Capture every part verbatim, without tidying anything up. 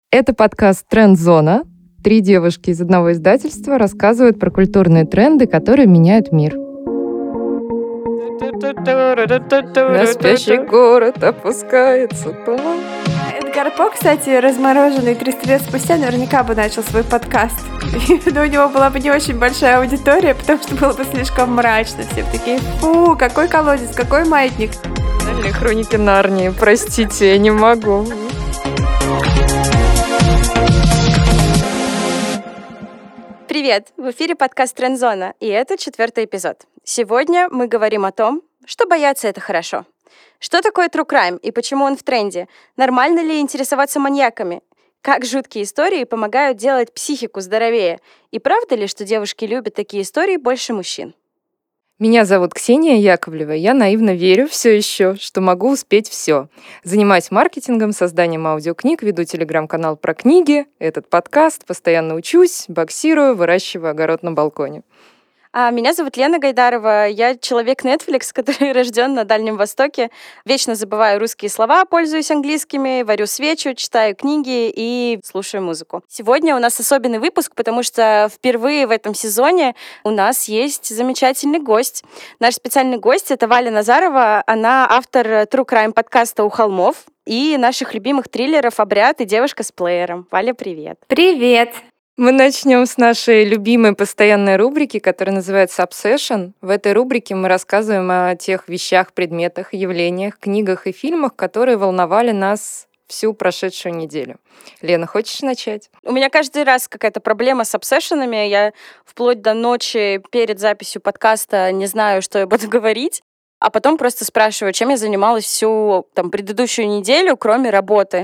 Это подкаст «Тренд-зона». Три девушки из одного издательства рассказывают про культурные тренды, которые меняют мир. На спящий город опускается туман. Эдгар По, кстати, размороженный триста лет спустя, наверняка бы начал свой подкаст. Но у него была бы не очень большая аудитория, потому что было бы слишком мрачно. Все бы такие: фу, какой колодец, какой маятник. Хроники Нарнии, простите, я не могу. Привет! В эфире подкаст «Тренд-зона», и это четвертый эпизод. Сегодня мы говорим о том, что бояться — это хорошо. Что такое true crime и почему он в тренде? Нормально ли интересоваться маньяками? Как жуткие истории помогают делать психику здоровее? И правда ли, что девушки любят такие истории больше мужчин? Меня зовут Ксения Яковлева. Я наивно верю все еще, что могу успеть все. Занимаюсь маркетингом, созданием аудиокниг, веду телеграм-канал про книги, этот подкаст, постоянно учусь, боксирую, выращиваю огород на балконе. А меня зовут Лена Гайдарова. Я человек Netflix, который рожден на Дальнем Востоке. Вечно забываю русские слова, пользуюсь английскими, варю свечу, читаю книги и слушаю музыку. Сегодня у нас особенный выпуск, потому что впервые в этом сезоне у нас есть замечательный гость. Наш специальный гость — это Валя Назарова. Она автор True Crime подкаста «У холмов» и наших любимых триллеров «Обряд» и «Девушка с плеером». Валя, привет! Привет! Мы начнем с нашей любимой постоянной рубрики, которая называется «Obsession». В этой рубрике мы рассказываем о тех вещах, предметах, явлениях, книгах и фильмах, которые волновали нас всю прошедшую неделю. Лена, хочешь начать? У меня каждый раз какая-то проблема с обсессионами. Я вплоть до ночи перед записью подкаста не знаю, что я буду говорить. А потом просто спрашиваю, чем я занималась всю там, предыдущую неделю, кроме работы.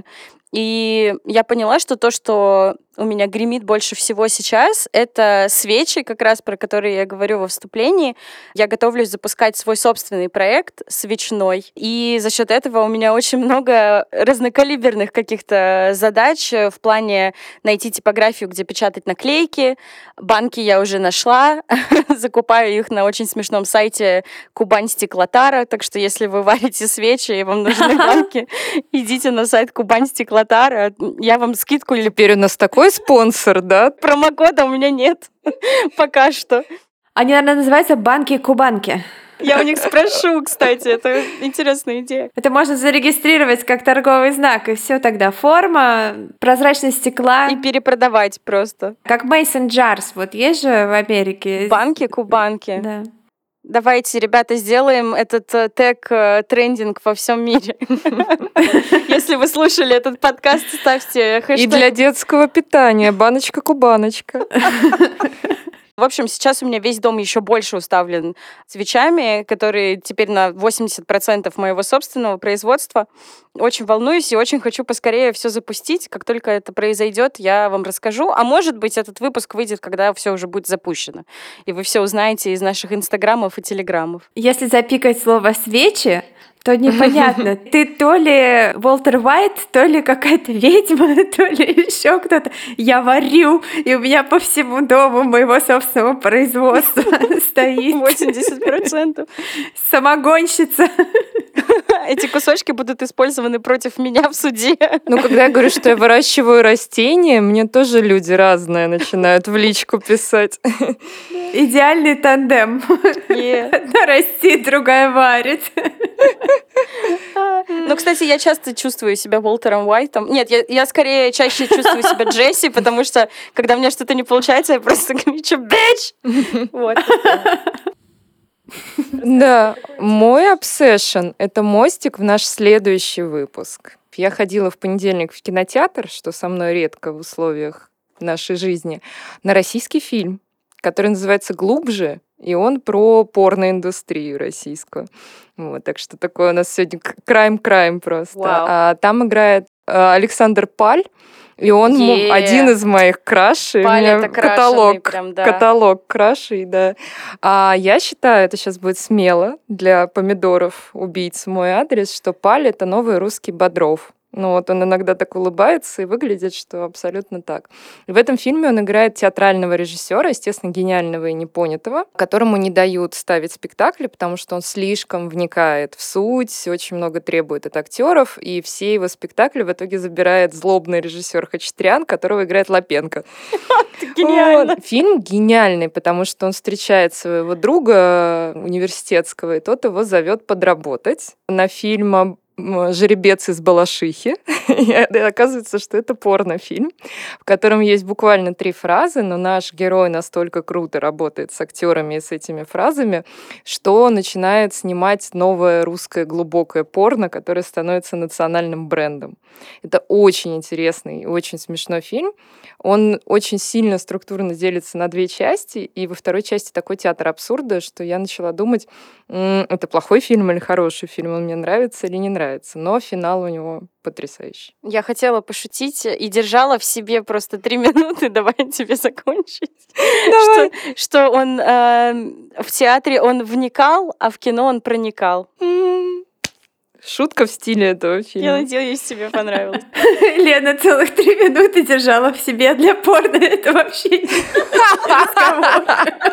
И я поняла, что то, что у меня гремит больше всего сейчас, это свечи, как раз про которые я говорю во вступлении. Я готовлюсь запускать свой собственный проект свечной. И за счет этого у меня очень много разнокалиберных каких-то задач в плане найти типографию, где печатать наклейки. Банки я уже нашла. Закупаю их на очень смешном сайте Кубань Стеклотара. Так что если вы варите свечи и вам нужны банки, идите на сайт Кубань Стеклотара. Я вам скидку... Теперь у нас такой спонсор, да? Промокода у меня нет пока что. Они, наверное, называются банки-кубанки. Я у них спрошу, кстати, это интересная идея. Это можно зарегистрировать как торговый знак, и все тогда. Форма, прозрачность стекла. И перепродавать просто. Как Mason Jars, вот есть же в Америке. Банки-кубанки. Да. Давайте, ребята, сделаем этот э, тег э, трендинг во всем мире. Если вы слушали этот подкаст, ставьте хэштег. И для детского питания баночка-кубаночка. В общем, сейчас у меня весь дом еще больше уставлен свечами, которые теперь на восемьдесят процентов моего собственного производства. Очень волнуюсь и очень хочу поскорее все запустить. Как только это произойдет, я вам расскажу. А может быть, этот выпуск выйдет, когда все уже будет запущено. И вы все узнаете из наших инстаграмов и телеграммов. Если запикать слово «свечи», то непонятно. Ты то ли Уолтер Уайт, то ли какая-то ведьма, то ли еще кто-то. Я варю, и у меня по всему дому моего собственного производства стоит. восемьдесят процентов. Самогонщица. Эти кусочки будут использованы против меня в суде. Ну, когда я говорю, что я выращиваю растения, мне тоже люди разные начинают в личку писать. Идеальный тандем. Yeah. Одна растит, другая варит. Ну, кстати, я часто чувствую себя Уолтером Уайтом. Нет, я, я скорее чаще чувствую себя Джесси, потому что, когда у меня что-то не получается, я просто кричу «Бич!» Вот. Да, мой обсессион — это мостик в наш следующий выпуск. Я ходила в понедельник в кинотеатр, что со мной редко в условиях нашей жизни, на российский фильм, который называется «Глубже», и он про порноиндустрию российскую. Вот, так что такое у нас сегодня крайм-крайм просто. Wow. А там играет Александр Паль, и он Yeah. один из моих крашей. Паль У меня это каталог, прям, да. каталог крашей, да. А я считаю, это сейчас будет смело для помидоров убийц мой адрес, что Паль — это новый русский Бодров. Ну вот он иногда так улыбается и выглядит, что абсолютно так. И в этом фильме он играет театрального режиссера, естественно, гениального и непонятого, которому не дают ставить спектакли, потому что он слишком вникает в суть, очень много требует от актеров, и все его спектакли в итоге забирает злобный режиссер Хачатрян, которого играет Лапенко. Гениально. Фильм гениальный, потому что он встречает своего друга университетского, и тот его зовет подработать на фильм «Жеребец из Балашихи». И оказывается, что это порнофильм, в котором есть буквально три фразы, но наш герой настолько круто работает с актерами и с этими фразами, что начинает снимать новое русское глубокое порно, которое становится национальным брендом. Это очень интересный и очень смешной фильм. Он очень сильно структурно делится на две части, и во второй части такой театр абсурда, что я начала думать, это плохой фильм или хороший фильм, он мне нравится или не нравится. Но финал у него потрясающий. Я хотела пошутить и держала в себе просто три минуты, давай тебе закончить. Давай. Что, что он э, в театре он вникал, а в кино он проникал. Шутка в стиле этого фильма. Я надеюсь, тебе понравилось. Лена целых три минуты держала в себе для порно. Это вообще не разговор.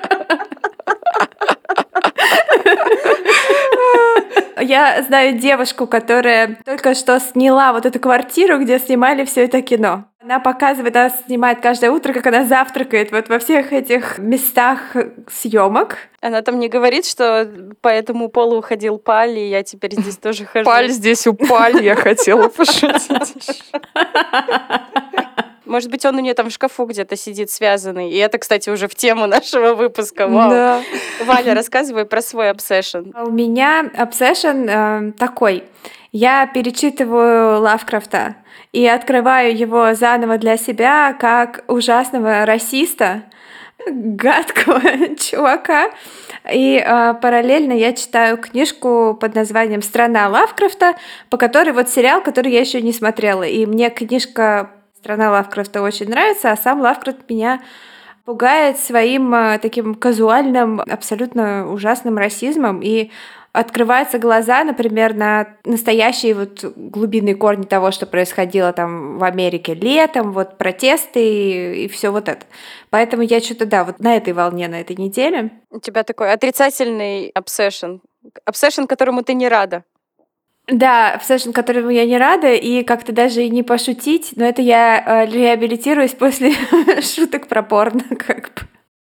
Я знаю девушку, которая только что сняла вот эту квартиру, где снимали все это кино. Она показывает, она снимает каждое утро, как она завтракает вот во всех этих местах съемок. Она там не говорит, что по этому полу ходил Паль, и я теперь здесь тоже хожу. Паль здесь упали, я хотела пошутить. Может быть, он у нее там в шкафу где-то сидит связанный. И это, кстати, уже в тему нашего выпуска. Вау. Да. Валя, рассказывай про свой обсессион. У меня обсессион э, такой. Я перечитываю Лавкрафта и открываю его заново для себя как ужасного расиста, гадкого чувака. И э, параллельно я читаю книжку под названием «Страна Лавкрафта», по которой вот сериал, который я еще не смотрела. И мне книжка «Страна Лавкрафта» очень нравится, а сам Лавкрафт меня пугает своим э, таким казуальным, абсолютно ужасным расизмом. И открываются глаза, например, на настоящие вот глубинные корни того, что происходило там в Америке летом, вот протесты и, и все вот это. Поэтому я что-то, да, вот на этой волне, на этой неделе. У тебя такой отрицательный обсессион. Обсессион, которому ты не рада. Да, обсессион, которому я не рада, и как-то даже и не пошутить, но это я э, реабилитируюсь после шуток про порно, как бы.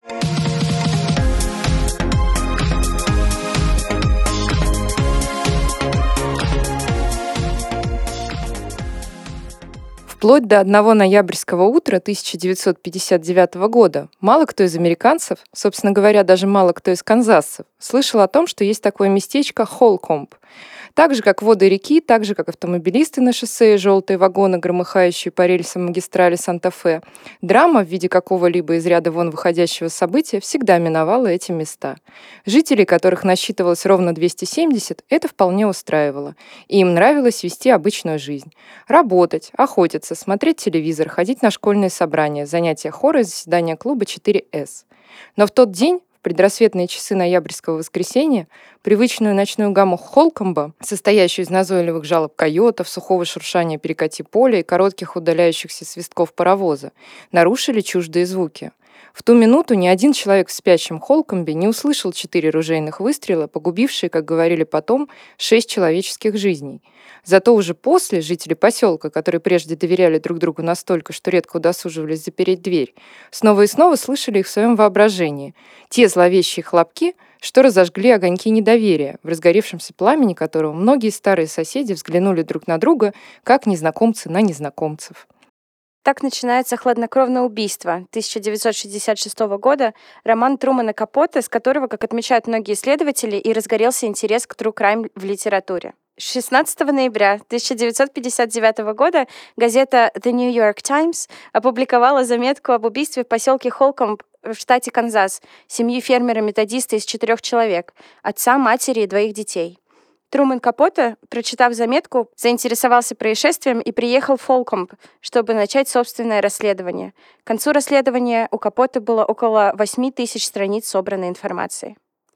Вплоть до одного ноябрьского утра тысяча девятьсот пятьдесят девятого года мало кто из американцев, собственно говоря, даже мало кто из канзасцев, слышал о том, что есть такое местечко Холкомб. Так же, как воды реки, так же, как автомобилисты на шоссе и желтые вагоны, громыхающие по рельсам магистрали Санта-Фе, драма в виде какого-либо из ряда вон выходящего события всегда миновала эти места. Жителей, которых насчитывалось ровно двести семьдесят, это вполне устраивало, и им нравилось вести обычную жизнь. Работать, охотиться, смотреть телевизор, ходить на школьные собрания, занятия хора и заседания клуба четыре эс. Но в тот день, в предрассветные часы ноябрьского воскресенья, привычную ночную гамму Холкомба, состоящую из назойливых жалоб койотов, сухого шуршания перекати поля и коротких удаляющихся свистков паровоза, нарушили чуждые звуки. В ту минуту ни один человек в спящем Холкомбе не услышал четыре ружейных выстрела, погубившие, как говорили потом, шесть человеческих жизней. Зато уже после жители поселка, которые прежде доверяли друг другу настолько, что редко удосуживались запереть дверь, снова и снова слышали их в своем воображении. Те зловещие хлопки, что разожгли огоньки недоверия, в разгоревшемся пламени которого многие старые соседи взглянули друг на друга, как незнакомцы на незнакомцев. Так начинается «Хладнокровное убийство» тысяча девятьсот шестьдесят шестого года, роман Трумана Капоте, с которого, как отмечают многие исследователи, и разгорелся интерес к true crime в литературе. шестнадцатого ноября тысяча девятьсот пятьдесят девятого года газета The New York Times опубликовала заметку об убийстве в поселке Холкомб в штате Канзас семьи фермера-методиста из четырех человек, отца, матери и двоих детей. Труман Капоте, прочитав заметку, заинтересовался происшествием и приехал в Холкомб, чтобы начать собственное расследование. К концу расследования у Капоте было около восемь тысяч страниц собранной информации.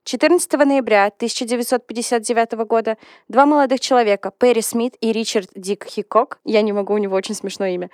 четырнадцатого ноября тысяча девятьсот пятьдесят девятого года два молодых человека, Перри Смит и Ричард Дик Хикок, я не могу, у него очень смешное имя,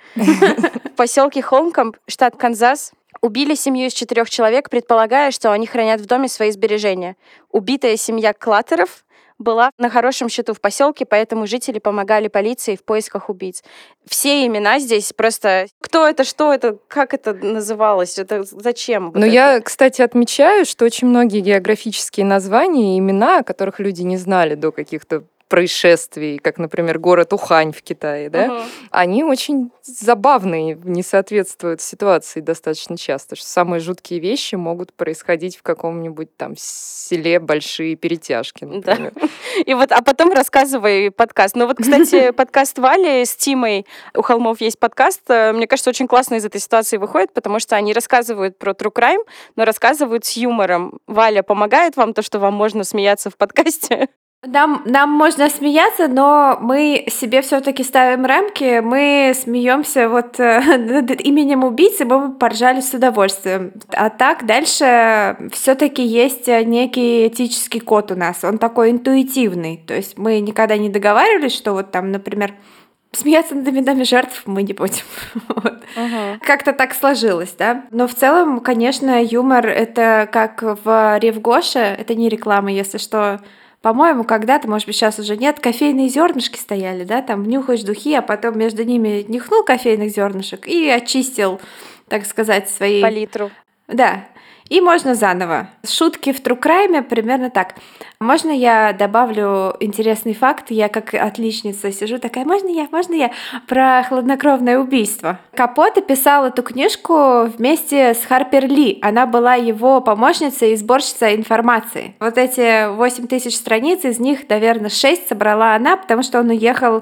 в поселке Холмкомб, штат Канзас, убили семью из четырех человек, предполагая, что они хранят в доме свои сбережения. Убитая семья Клаттеров была на хорошем счету в поселке, поэтому жители помогали полиции в поисках убийц. Все имена здесь просто... Кто это, что это, как это называлось, это зачем? Вот Но это? я, кстати, отмечаю, что очень многие географические названия и имена, о которых люди не знали до каких-то происшествий, как, например, город Ухань в Китае, да, Мгм. они очень забавные, не соответствуют ситуации достаточно часто, что самые жуткие вещи могут происходить в каком-нибудь там селе Большие Перетяжки, Да. например. И вот, а потом рассказывай подкаст. Ну вот, кстати, подкаст Вали с Тимой, у холмов есть подкаст, э, мне кажется, очень классно из этой ситуации выходит, потому что они рассказывают про true crime, но рассказывают с юмором. Валя, помогает вам то, что вам можно смеяться в подкасте? Нам, нам можно смеяться, но мы себе все-таки ставим рамки. Мы смеемся вот э, над именем убийцы, мы бы поржали с удовольствием. А так дальше все-таки есть некий этический код у нас. Он такой интуитивный. То есть мы никогда не договаривались, что вот там, например, смеяться над именами жертв мы не будем. Вот. Мгм. Как-то так сложилось, да. Но в целом, конечно, юмор — это как в Ревгоше, это не реклама, если что. По-моему, когда-то, может быть, сейчас уже нет, кофейные зернышки стояли, да, там нюхаешь духи, а потом между ними нюхнул кофейных зернышек и очистил, так сказать, свои... Палитру. Да. И можно заново. Шутки в true crime примерно так. Можно я добавлю интересный факт? Я как отличница сижу такая, можно я, можно я? Про хладнокровное убийство. Капоте писал эту книжку вместе с Харпер Ли. Она была его помощницей и сборщицей информации. Вот эти восемь тысяч страниц, из них, наверное, шесть собрала она, потому что он уехал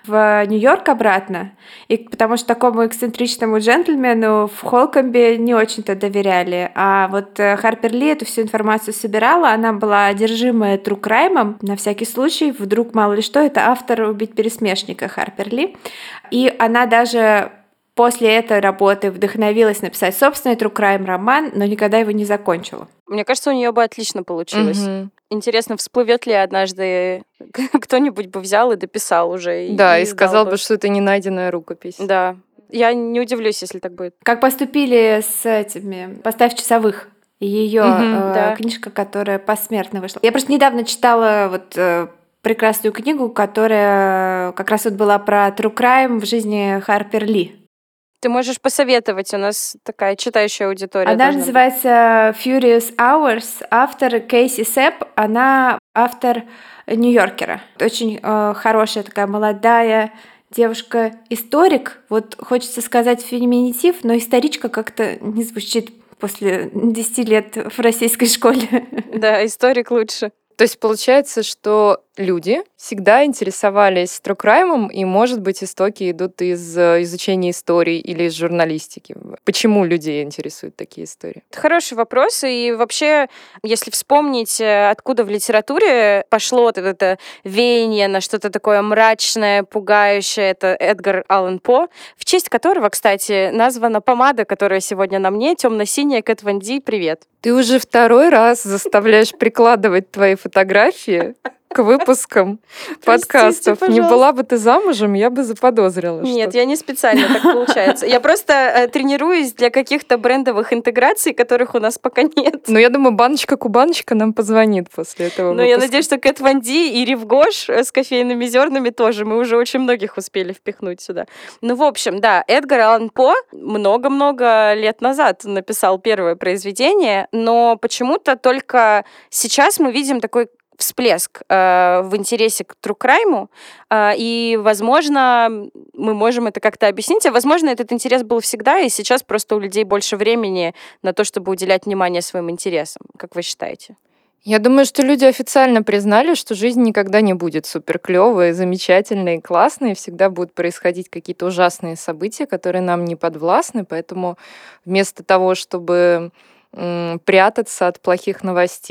в Нью-Йорк обратно, и потому что такому эксцентричному джентльмену в Холкомбе не очень-то доверяли. А вот э, Харпер Ли эту всю информацию собирала, она была одержимая true crime, на всякий случай, вдруг мало ли что, это автор «Убить пересмешника» Харпер Ли. И она даже после этой работы вдохновилась написать собственный true crime роман, но никогда его не закончила. Мне кажется, у нее бы отлично получилось. Мгм. Интересно, всплывет ли однажды кто-нибудь бы взял и дописал уже. и- Да, и издал сказал бы, что это не найденная рукопись. Да. Я не удивлюсь, если так будет. Как поступили с этими «Поставь часовых». Ее Мгм, да. книжка, которая посмертно вышла. Я просто недавно читала вот э, прекрасную книгу, которая как раз вот была про true crime в жизни Харпер Ли. Ты можешь посоветовать, у нас такая читающая аудитория. Она должна быть. называется Furious Hours, автор Кейси Сэп, она автор Нью-Йоркера. Очень э, хорошая такая молодая девушка-историк. Вот хочется сказать феминитив, но историчка как-то не звучит после десяти лет в российской школе. Да, историк лучше. То есть получается, что люди всегда интересовались true crime, и, может быть, истоки идут из э, изучения истории или из журналистики. Почему людей интересуют такие истории? Это хороший вопрос. И вообще, если вспомнить, э, откуда в литературе пошло вот это веяние на что-то такое мрачное, пугающее, это Эдгар Аллан По, в честь которого, кстати, названа помада, которая сегодня на мне, темно-синяя, Кэт Ван Ди, привет. Ты уже второй раз заставляешь прикладывать твои фотографии к выпускам подкастов. Не пожалуйста. была бы ты замужем, я бы заподозрила. Нет, что- я не специально, так получается. Я просто э, тренируюсь для каких-то брендовых интеграций, которых у нас пока нет. Но я думаю, баночка-кубаночка нам позвонит после этого Но я выпуска. надеюсь, что Кэт Ван Ди и Рив Гош э, с кофейными зернами тоже. Мы уже очень многих успели впихнуть сюда. Ну, в общем, да, Эдгар Аллан По много-много лет назад написал первое произведение, но почему-то только сейчас мы видим такой всплеск э, в интересе к true crime, э, и, возможно, мы можем это как-то объяснить, а, возможно, этот интерес был всегда, и сейчас просто у людей больше времени на то, чтобы уделять внимание своим интересам. Как вы считаете? Я думаю, что люди официально признали, что жизнь никогда не будет супер клевой, замечательной, классной. Всегда будут происходить какие-то ужасные события, которые нам не подвластны. Поэтому вместо того, чтобы м, прятаться от плохих новостей,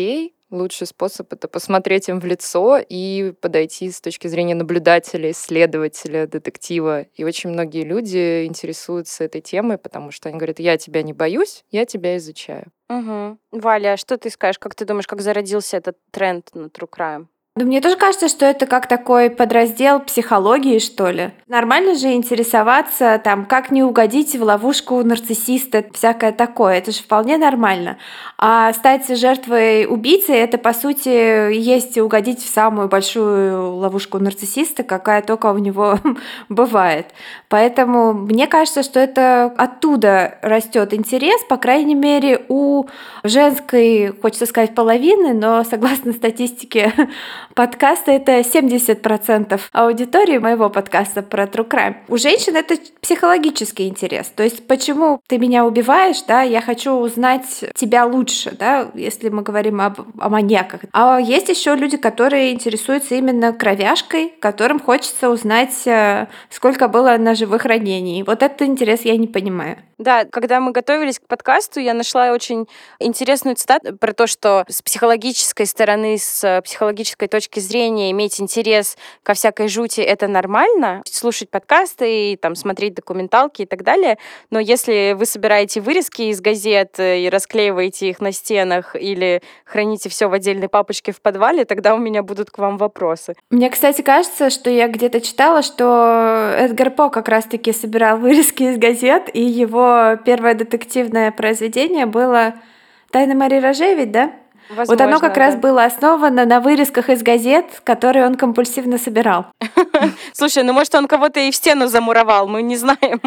Лучший способ — это посмотреть им в лицо и подойти с точки зрения наблюдателя, исследователя, детектива. И очень многие люди интересуются этой темой, потому что они говорят: я тебя не боюсь, я тебя изучаю. Угу. Валя, что ты скажешь? Как ты думаешь, как зародился этот тренд на true crime? Ну, мне тоже кажется, что это как такой подраздел психологии, что ли. Нормально же интересоваться, там, как не угодить в ловушку нарциссиста, всякое такое. Это же вполне нормально. А стать жертвой убийцы — это, по сути, есть угодить в самую большую ловушку нарциссиста, какая только у него бывает. Поэтому мне кажется, что это оттуда растет интерес, по крайней мере, у женской, хочется сказать, половины, но согласно статистике подкаста, это семьдесят процентов аудитории моего подкаста про True Crime. У женщин это психологический интерес. То есть, почему ты меня убиваешь, да, я хочу узнать тебя лучше, да, если мы говорим об, о маньяках. А есть еще люди, которые интересуются именно кровяшкой, которым хочется узнать, сколько было ножевых ранений. Вот этот интерес я не понимаю. Да, когда мы готовились к подкасту, я нашла очень интересную цитату про то, что с психологической стороны, с психологической точки зрения иметь интерес ко всякой жути — это нормально, слушать подкасты и там смотреть документалки и так далее. Но если вы собираете вырезки из газет и расклеиваете их на стенах или храните все в отдельной папочке в подвале, тогда у меня будут к вам вопросы. Мне, кстати, кажется, что я где-то читала, что Эдгар По как раз-таки собирал вырезки из газет, и его первое детективное произведение было «Тайна Мари Роже», ведь, да? Возможно, вот оно как да. раз было основано на вырезках из газет, которые он компульсивно собирал. Слушай, ну может он кого-то и в стену замуровал, мы не знаем.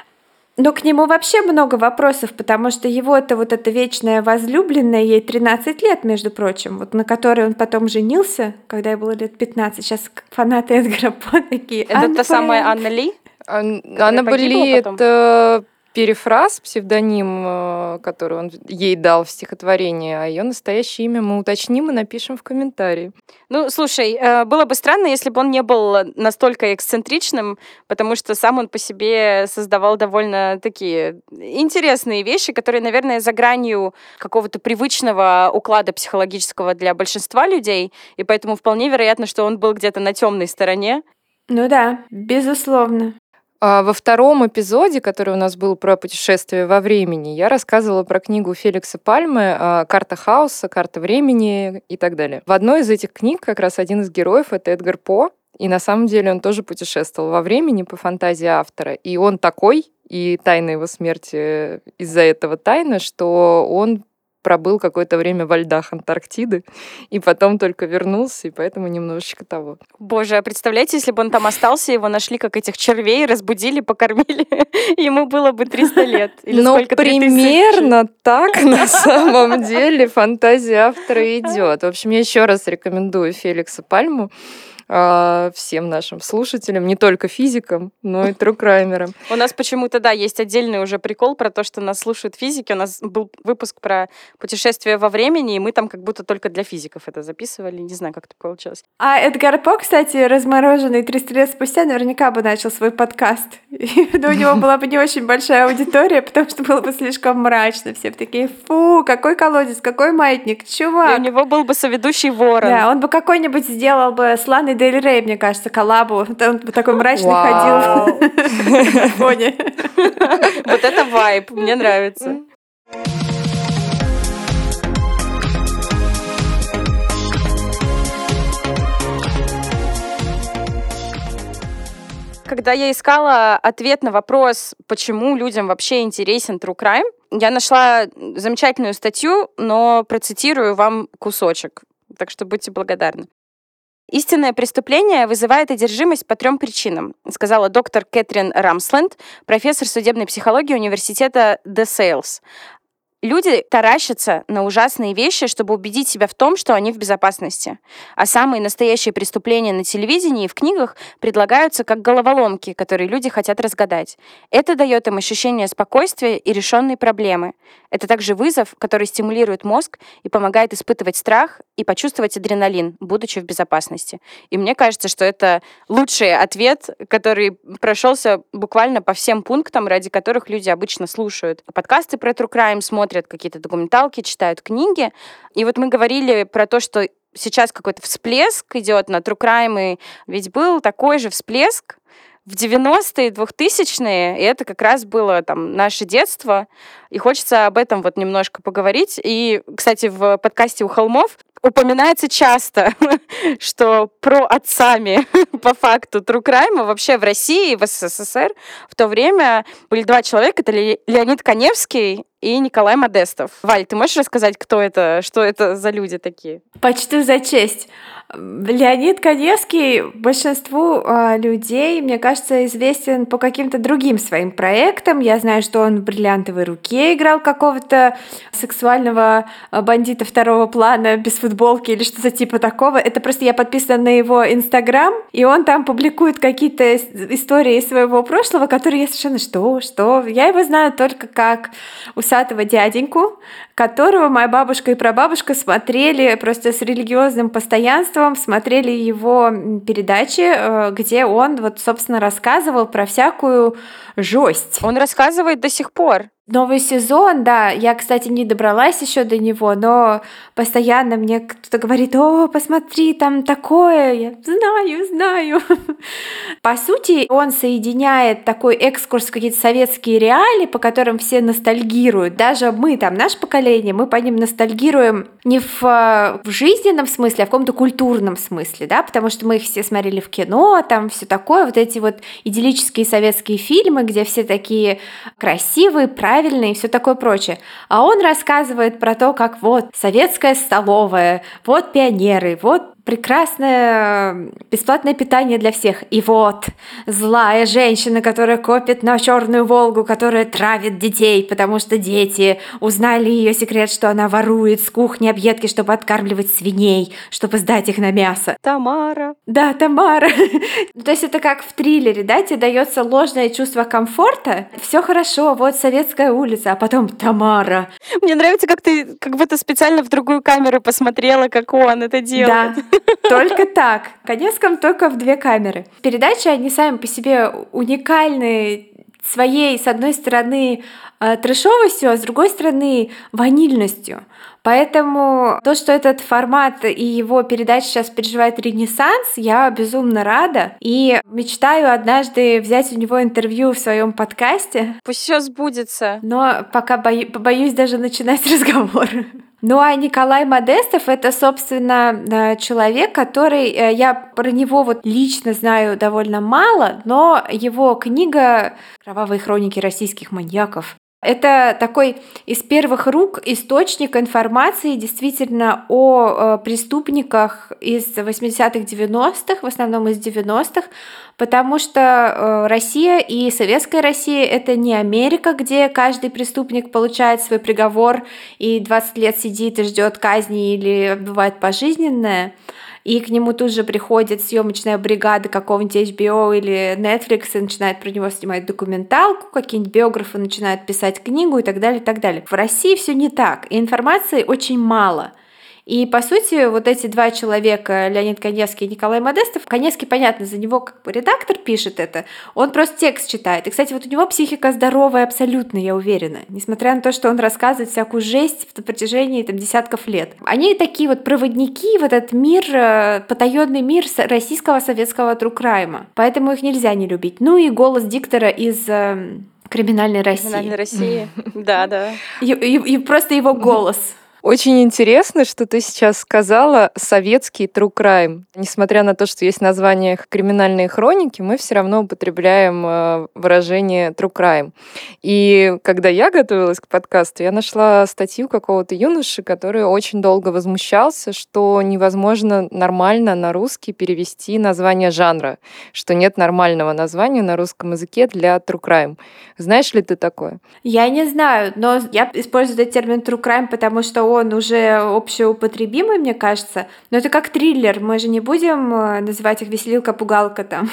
Но к нему вообще много вопросов, потому что его это вот эта вечная возлюбленная, ей тринадцать лет, между прочим, вот на которой он потом женился, когда ей было лет пятнадцать. Сейчас фанаты Эдгара По такие. Это та самая Анна Ли? Анна Ли — это перефраз, псевдоним, который он ей дал в стихотворении, а ее настоящее имя мы уточним и напишем в комментарии. Ну, слушай, было бы странно, если бы он не был настолько эксцентричным, потому что сам он по себе создавал довольно такие интересные вещи, которые, наверное, за гранью какого-то привычного уклада психологического для большинства людей, и поэтому вполне вероятно, что он был где-то на темной стороне. Ну да, безусловно. Во втором эпизоде, который у нас был про путешествие во времени, я рассказывала про книгу Феликса Пальмы «Карта хаоса», «Карта времени» и так далее. В одной из этих книг как раз один из героев — это Эдгар По, и на самом деле он тоже путешествовал во времени по фантазии автора. И он такой, и тайна его смерти из-за этого тайна, что он пробыл какое-то время во льдах Антарктиды, и потом только вернулся, и поэтому немножечко того. Боже, а представляете, если бы он там остался, его нашли как этих червей, разбудили, покормили, ему было бы триста лет. Ну, примерно так на самом деле фантазия автора идет. В общем, я еще раз рекомендую Феликса Пальму всем нашим слушателям, не только физикам, но и трукраймерам. У нас почему-то, да, есть отдельный уже прикол про то, что нас слушают физики. У нас был выпуск про путешествие во времени, и мы там как будто только для физиков это записывали. Не знаю, как это получилось. А Эдгар По, кстати, размороженный триста лет спустя, наверняка бы начал свой подкаст. Но у него была бы не очень большая аудитория, потому что было бы слишком мрачно. Все бы такие: фу, какой колодец, какой маятник, чувак. И у него был бы соведущий ворон. Да, он бы какой-нибудь сделал бы с Ланой Дель Рей, мне кажется, коллабу. Он бы такой мрачный ходил на фоне. Вот это вайб, мне нравится. Когда я искала ответ на вопрос, почему людям вообще интересен true crime, я нашла замечательную статью, но процитирую вам кусочек, так что будьте благодарны. «Истинное преступление вызывает одержимость по трем причинам», сказала доктор Кэтрин Рамсленд, профессор судебной психологии университета DeSales. Люди таращатся на ужасные вещи, чтобы убедить себя в том, что они в безопасности. А самые настоящие преступления на телевидении и в книгах предлагаются как головоломки, которые люди хотят разгадать. Это дает им ощущение спокойствия и решенной проблемы. Это также вызов, который стимулирует мозг и помогает испытывать страх и почувствовать адреналин, будучи в безопасности. И мне кажется, что это лучший ответ, который прошелся буквально по всем пунктам, ради которых люди обычно слушают подкасты про true crime, смотрят смотрят какие-то документалки, читают книги. И вот мы говорили про то, что сейчас какой-то всплеск идет на true crime, и ведь был такой же всплеск в девяностые, двухтысячные, и это как раз было там наше детство, и хочется об этом вот немножко поговорить. И, кстати, в подкасте «У холмов» упоминается часто, что про отцами по факту true crime вообще в России, в СССР в то время были два человека, это Леонид Каневский и Николай Модестов. Валь, ты можешь рассказать, кто это, что это за люди такие? Почту за честь. Леонид Каневский большинству э, людей, мне кажется, известен по каким-то другим своим проектам. Я знаю, что он в «Бриллиантовой руке» играл какого-то сексуального бандита второго плана без футболки или что-то типа такого. Это просто я подписана на его Инстаграм, и он там публикует какие-то истории из своего прошлого, которые я совершенно что, что. Я его знаю только как усатого дяденьку, которого моя бабушка и прабабушка смотрели просто с религиозным постоянством, смотрели его передачи, где он вот, собственно, рассказывал про всякую жесть. Он рассказывает до сих пор. Новый сезон, да, я, кстати, не добралась еще до него, но постоянно мне кто-то говорит: о, посмотри, там такое, я знаю, знаю. По сути, он соединяет такой экскурс в какие-то советские реалии, по которым все ностальгируют. Даже мы, там, наше поколение, мы по ним ностальгируем не в, в жизненном смысле, а в каком-то культурном смысле, да, потому что мы их все смотрели в кино, там все такое, вот эти вот идиллические советские фильмы, где все такие красивые, правильные, правильно и все такое прочее. А он рассказывает про то, как вот советская столовая, вот пионеры, вот прекрасное бесплатное питание для всех. И вот злая женщина, которая копит на черную Волгу, которая травит детей, потому что дети узнали ее секрет, что она ворует с кухни объедки, чтобы откармливать свиней, чтобы сдать их на мясо. Тамара. Да, Тамара. То есть это как в триллере, да, тебе дается ложное чувство комфорта. Все хорошо, вот советская улица, а потом Тамара. Мне нравится, как ты как будто специально в другую камеру посмотрела, как он это делает. Да. Только так. В Каневском только в две камеры. Передачи, они сами по себе уникальны своей, с одной стороны, трэшовостью, а с другой стороны, ванильностью. Поэтому то, что этот формат и его передача сейчас переживает ренессанс, я безумно рада. И мечтаю однажды взять у него интервью в своем подкасте. Пусть все сбудется. Но пока бою, побоюсь даже начинать разговор. Ну а Николай Модестов — это, собственно, человек, который, я про него вот лично знаю довольно мало, но его книга «Кровавые хроники российских маньяков» — это такой из первых рук источник информации действительно о преступниках из восьмидесятых, девяностых, в основном из девяностых, потому что Россия и Советская Россия — это не Америка, где каждый преступник получает свой приговор и двадцать лет сидит и ждет казни или отбывает пожизненное, и к нему тут же приходит съемочная бригада какого-нибудь эйч би о или Netflix и начинает про него снимать документалку, какие-нибудь биографы начинают писать книгу и так далее, и так далее. В России все не так, и информации очень мало. И, по сути, вот эти два человека, Леонид Каневский и Николай Модестов, Каневский, понятно, за него как бы редактор пишет это, он просто текст читает. И, кстати, вот у него психика здоровая абсолютно, я уверена, несмотря на то, что он рассказывает всякую жесть в протяжении там, десятков лет. Они такие вот проводники в этот мир, потаенный мир российского советского true crime. Поэтому их нельзя не любить. Ну и голос диктора из «Криминальной России». «Криминальной России», да, да. И просто его голос. Очень интересно, что ты сейчас сказала «советский true crime». Несмотря на то, что есть название «Криминальные хроники», мы все равно употребляем выражение true crime. И когда я готовилась к подкасту, я нашла статью какого-то юноши, который очень долго возмущался, что невозможно нормально на русский перевести название жанра, что нет нормального названия на русском языке для true crime. Знаешь ли ты такое? Я не знаю, но я использую этот термин true crime, потому что он уже общеупотребимый, мне кажется. Но это как триллер. Мы же не будем называть их веселилка-пугалка там.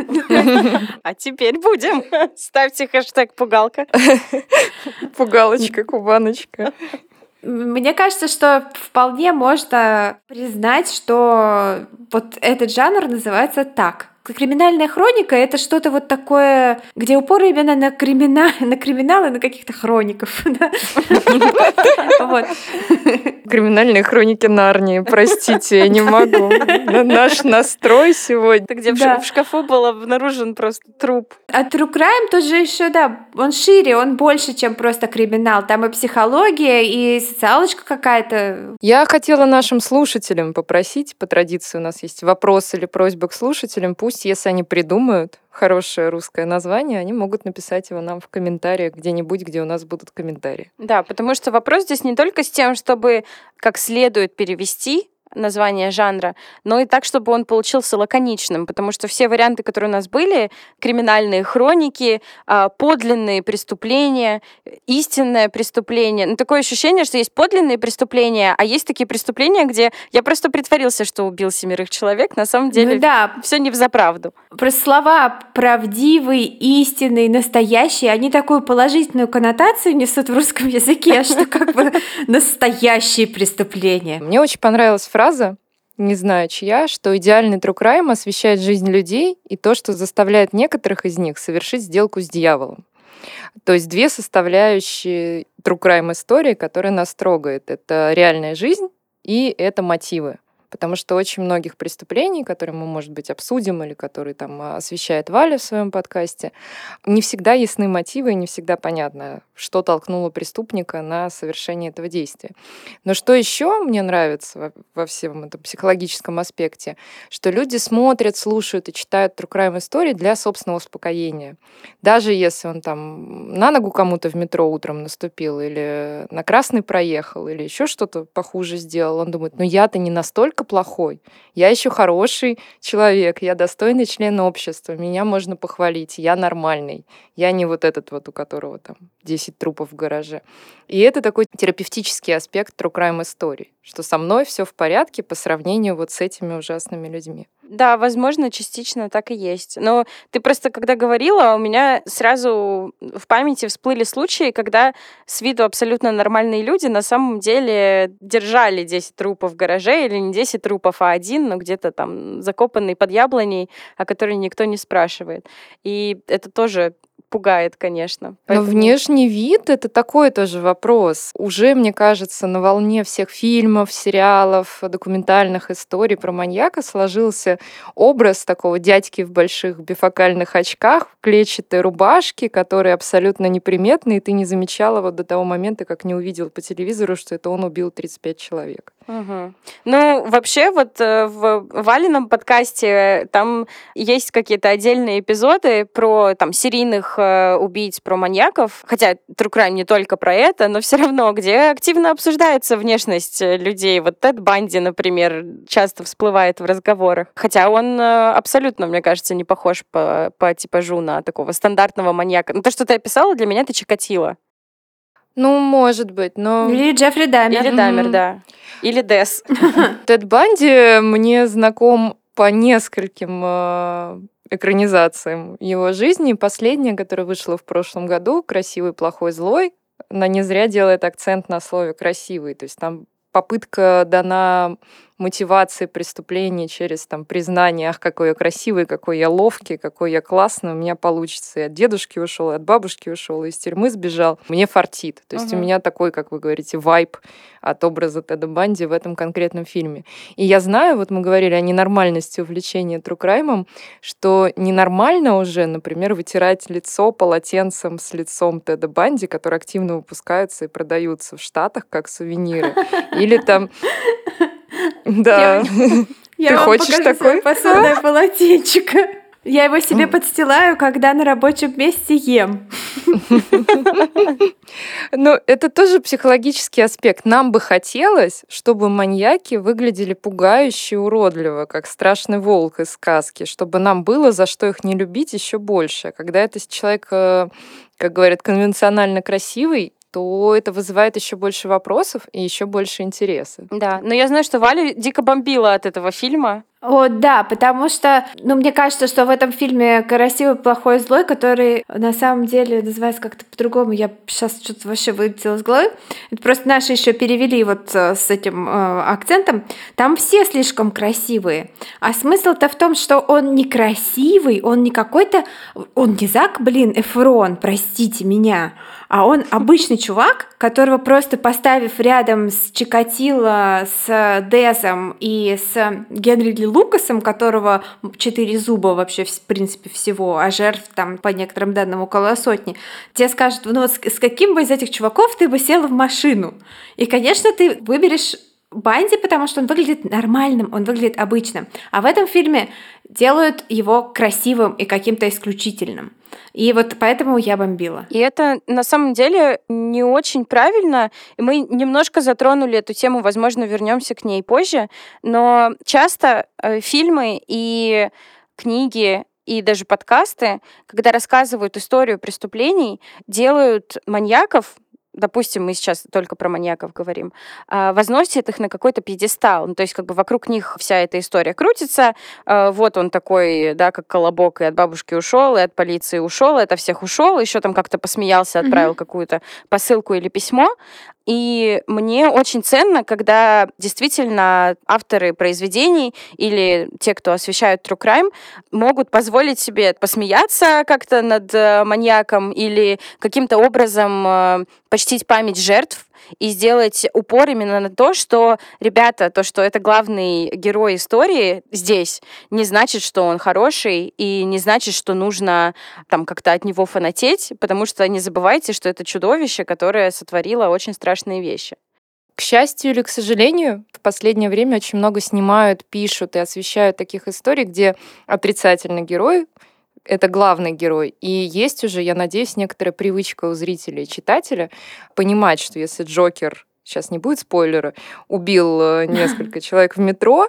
А теперь будем. Ставьте хэштег «пугалка». Пугалочка, кубаночка. Мне кажется, что вполне можно признать, что вот этот жанр называется так. Криминальная хроника — это что-то вот такое, где упор именно на криминал, на криминал и на каких-то хроников. Криминальные хроники Нарнии, простите, я не могу. Наш настрой сегодня. Где в шкафу был обнаружен просто труп. А True Crime тоже еще, да, он шире, он больше, чем просто криминал. Там и психология, и социалочка какая-то. Я хотела нашим слушателям попросить, по традиции у нас есть вопрос или просьба к слушателям, пусть, если они придумают хорошее русское название, они могут написать его нам в комментариях где-нибудь, где у нас будут комментарии. Да, потому что вопрос здесь не только с тем, чтобы как следует перевести название жанра, но и так, чтобы он получился лаконичным, потому что все варианты, которые у нас были, криминальные хроники, подлинные преступления, истинное преступление, ну, такое ощущение, что есть подлинные преступления, а есть такие преступления, где я просто притворился, что убил семерых человек, на самом деле ну, да. все не взаправду. Про слова правдивый, истинный, настоящий, они такую положительную коннотацию несут в русском языке, что как бы настоящие преступления. Мне очень понравилась фраза, не знаю чья, что идеальный true crime освещает жизнь людей и то, что заставляет некоторых из них совершить сделку с дьяволом. То есть две составляющие true crime истории, которые нас трогают. Это реальная жизнь и это мотивы. Потому что очень многих преступлений, которые мы, может быть, обсудим или которые там освещает Валя в своем подкасте, не всегда ясны мотивы и не всегда понятно, что толкнуло преступника на совершение этого действия. Но что еще мне нравится во, во всем этом психологическом аспекте, что люди смотрят, слушают и читают true crime истории для собственного успокоения. Даже если он там на ногу кому-то в метро утром наступил или на красный проехал или еще что-то похуже сделал, он думает, ну я-то не настолько плохой. Я еще хороший человек, я достойный член общества, меня можно похвалить, я нормальный. Я не вот этот вот, у которого там десять трупов в гараже. И это такой терапевтический аспект true crime истории, что со мной все в порядке по сравнению вот с этими ужасными людьми. Да, возможно, частично так и есть. Но ты просто, когда говорила, у меня сразу в памяти всплыли случаи, когда с виду абсолютно нормальные люди на самом деле держали десять трупов в гараже, или не десять трупов, а один, но где-то там закопанный под яблоней, о которой никто не спрашивает. И это тоже пугает, конечно. Поэтому... Но внешний вид — это такой тоже вопрос. Уже, мне кажется, на волне всех фильмов, сериалов, документальных историй про маньяка сложился образ такого дядьки в больших бифокальных очках, в клетчатой рубашке, который абсолютно неприметный, и ты не замечала его до того момента, как не увидел по телевизору, что это он убил тридцать пять человек. Угу. Ну, вообще, вот в Валином подкасте там есть какие-то отдельные эпизоды про там серийных убийц, про маньяков, хотя True Crime не только про это, но все равно, где активно обсуждается внешность людей. Вот Тед Банди, например, часто всплывает в разговорах. Хотя он абсолютно, мне кажется, не похож по, по типажу на такого стандартного маньяка. Ну, то, что ты описала, для меня это Чикатило. Ну, может быть, но... Или Джеффри Дамер. Или Дамер, mm-hmm. да. Или Дэс. Тед Банди мне знаком по нескольким э, экранизациям его жизни. Последняя, которая вышла в прошлом году, «Красивый, плохой, злой», она не зря делает акцент на слове «красивый». То есть там попытка дана мотивации преступления через там, признание, ах, какой я красивый, какой я ловкий, какой я классный, у меня получится. И от дедушки ушел, и от бабушки ушел, и из тюрьмы сбежал. Мне фартит. То есть uh-huh. у меня такой, как вы говорите, вайб от образа Теда Банди в этом конкретном фильме. И я знаю, вот мы говорили о ненормальности увлечения true crime, что ненормально уже, например, вытирать лицо полотенцем с лицом Теда Банди, которые активно выпускаются и продаются в Штатах как сувениры. Или там... Да. Я Ты вам хочешь покажу такой? Посудное полотенчико. Я его себе подстилаю, когда на рабочем месте ем. Ну, это тоже психологический аспект. Нам бы хотелось, чтобы маньяки выглядели пугающе уродливо, как страшный волк из сказки, чтобы нам было за что их не любить еще больше. Когда это человек, как говорят, конвенционально красивый, то это вызывает еще больше вопросов и еще больше интереса. Да, но я знаю, что Валя дико бомбила от этого фильма. О, да, потому что, ну, мне кажется, что в этом фильме красивый, плохой, злой, который на самом деле называется как-то по-другому. Я сейчас что-то вообще вылетела из головы. Это просто наши еще перевели вот э, с этим э, акцентом. Там все слишком красивые. А смысл-то в том, что он не красивый, он не какой-то... Он не Зак, блин, Эфрон, простите меня. А он обычный чувак, которого просто поставив рядом с Чикатило, с Дезом и с Генри Ли Лукасом, которого четыре зуба вообще, в принципе, всего, а жертв там, по некоторым данным, около сотни, тебе скажут, ну вот с каким бы из этих чуваков ты бы села в машину? И, конечно, ты выберешь Банди, потому что он выглядит нормальным, он выглядит обычным. А в этом фильме делают его красивым и каким-то исключительным. И вот поэтому я бомбила. И это на самом деле не очень правильно. И мы немножко затронули эту тему, возможно, вернемся к ней позже. Но часто э, фильмы и книги и даже подкасты, когда рассказывают историю преступлений, делают маньяков, допустим, мы сейчас только про маньяков говорим, возносит их на какой-то пьедестал. Ну, то есть как бы вокруг них вся эта история крутится. Вот он такой, да, как колобок, и от бабушки ушел, и от полиции ушел, и от всех ушел, еще там как-то посмеялся, отправил mm-hmm. какую-то посылку или письмо. И мне очень ценно, когда действительно авторы произведений или те, кто освещают true crime, могут позволить себе посмеяться как-то над маньяком или каким-то образом почтить память жертв и сделать упор именно на то, что, ребята, то, что это главный герой истории здесь, не значит, что он хороший, и не значит, что нужно там как-то от него фанатеть, потому что не забывайте, что это чудовище, которое сотворило очень страшные вещи. К счастью или к сожалению, в последнее время очень много снимают, пишут и освещают таких историй, где отрицательный герой — это главный герой. И есть уже, я надеюсь, некоторая привычка у зрителя и читателя понимать, что если Джокер, сейчас не будет спойлера, убил несколько человек в метро,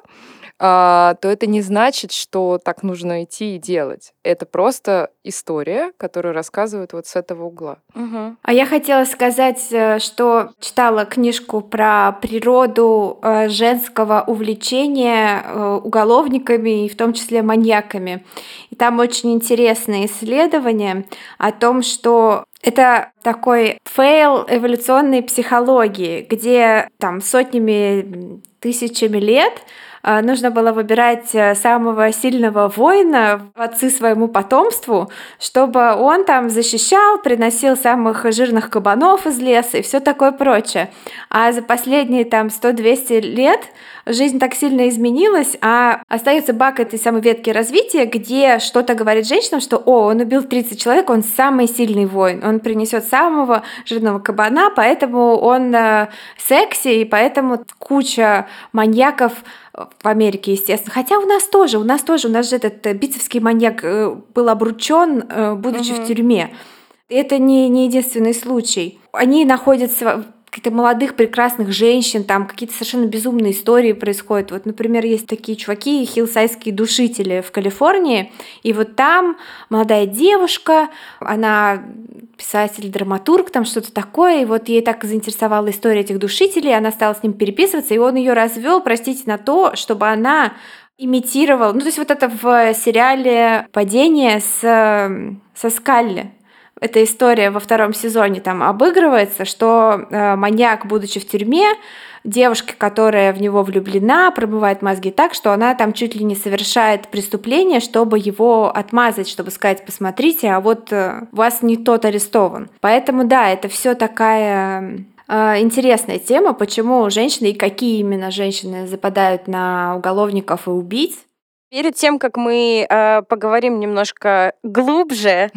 то это не значит, что так нужно идти и делать. Это просто история, которую рассказывают вот с этого угла. Угу. А я хотела сказать, что читала книжку про природу женского увлечения уголовниками и в том числе маньяками. И там очень интересное исследование о том, что это такой фейл эволюционной психологии, где там сотнями, тысячами лет нужно было выбирать самого сильного воина в отцы своему потомству, чтобы он там защищал, приносил самых жирных кабанов из леса и все такое прочее. А за последние там сто-двести лет жизнь так сильно изменилась, а остается баг этой самой ветки развития, где что-то говорит женщинам, что «О, он убил тридцать человек, он самый сильный воин, он принесет самого жирного кабана, поэтому он э, секси, и поэтому куча маньяков в Америке, естественно. Хотя у нас тоже, у нас тоже, у нас же этот битцевский маньяк был обручен, будучи угу. в тюрьме. Это не, не единственный случай. Они находятся... каких-то молодых, прекрасных женщин, там какие-то совершенно безумные истории происходят. Вот, например, есть такие чуваки, хиллсайдские душители в Калифорнии, и вот там молодая девушка, она писатель, драматург, там что-то такое, и вот ей так заинтересовала история этих душителей, она стала с ним переписываться, и он ее развел, простите, на то, чтобы она имитировала, ну, то есть вот это в сериале «Падение» с, со Скалли. Эта история во втором сезоне там обыгрывается, что э, маньяк, будучи в тюрьме, девушка, которая в него влюблена, промывает мозги так, что она там чуть ли не совершает преступление, чтобы его отмазать, чтобы сказать: посмотрите, а вот э, у вас не тот арестован. Поэтому да, это все такая э, интересная тема, почему женщины и какие именно женщины западают на уголовников и убийц. Перед тем, как мы э, поговорим немножко глубже,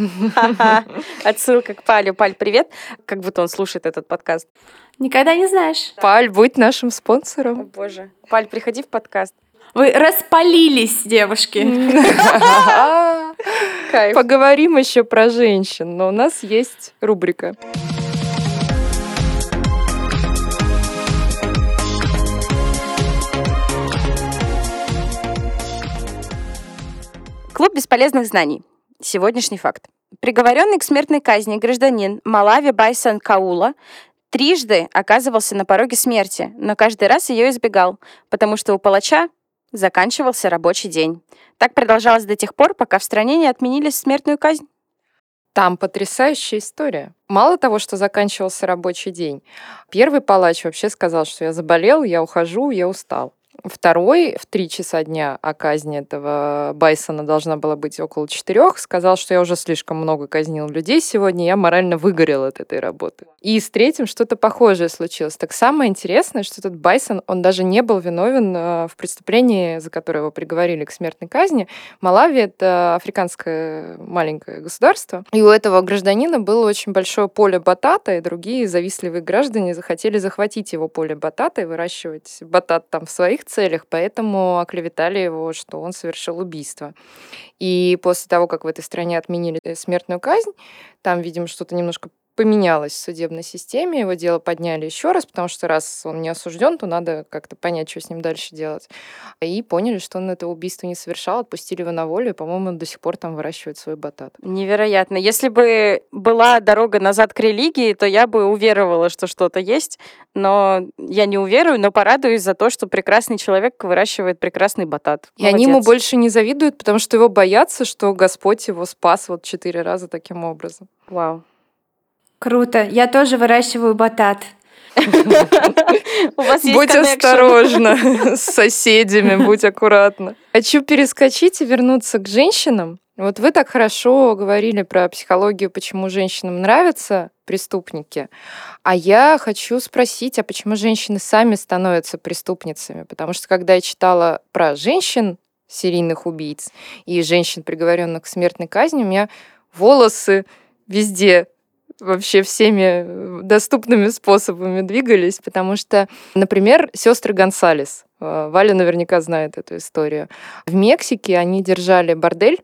отсылка к Палю. Паль, привет. Как будто он слушает этот подкаст. Никогда не знаешь. Паль, будь нашим спонсором. О, боже. Паль, приходи в подкаст. Вы распалились, девушки. Поговорим еще про женщин, но у нас есть рубрика. Клуб бесполезных знаний. Сегодняшний факт. Приговоренный к смертной казни гражданин Малави Байсан Каула трижды оказывался на пороге смерти, но каждый раз ее избегал, потому что у палача заканчивался рабочий день. Так продолжалось до тех пор, пока в стране не отменили смертную казнь. Там потрясающая история. Мало того, что заканчивался рабочий день, первый палач вообще сказал, что я заболел, я ухожу, я устал. Второй в три часа дня, а казнь этого Байсона должна была быть около четырех, сказал, что я уже слишком много казнил людей сегодня, я морально выгорел от этой работы. И с третьим что-то похожее случилось. Так самое интересное, что этот Байсон, он даже не был виновен в преступлении, за которое его приговорили к смертной казни. Малави — это африканское маленькое государство, и у этого гражданина было очень большое поле батата, и другие завистливые граждане захотели захватить его поле батата и выращивать батат там в своих целях, поэтому оклеветали его, что он совершил убийство. И после того, как в этой стране отменили смертную казнь, там, видимо, что-то немножко поменялось в судебной системе, его дело подняли еще раз, потому что раз он не осужден, то надо как-то понять, что с ним дальше делать. И поняли, что он это убийство не совершал, отпустили его на волю, и, по-моему, он до сих пор там выращивает свой батат. Невероятно. Если бы была дорога назад к религии, то я бы уверовала, что что-то есть, но я не уверую, но порадуюсь за то, что прекрасный человек выращивает прекрасный батат. И они ему больше не завидуют, потому что его боятся, что Господь его спас вот четыре раза таким образом. Вау. Круто. Я тоже выращиваю батат. У вас есть Будь connection. осторожна с соседями, будь аккуратна. Хочу перескочить и вернуться к женщинам. Вот вы так хорошо говорили про психологию, почему женщинам нравятся преступники. А я хочу спросить, а почему женщины сами становятся преступницами? Потому что когда я читала про женщин, серийных убийц, и женщин, приговоренных к смертной казни, у меня волосы везде вообще всеми доступными способами двигались, потому что, например, сестры Гонсалес, Валя наверняка знает эту историю. В Мексике они держали бордель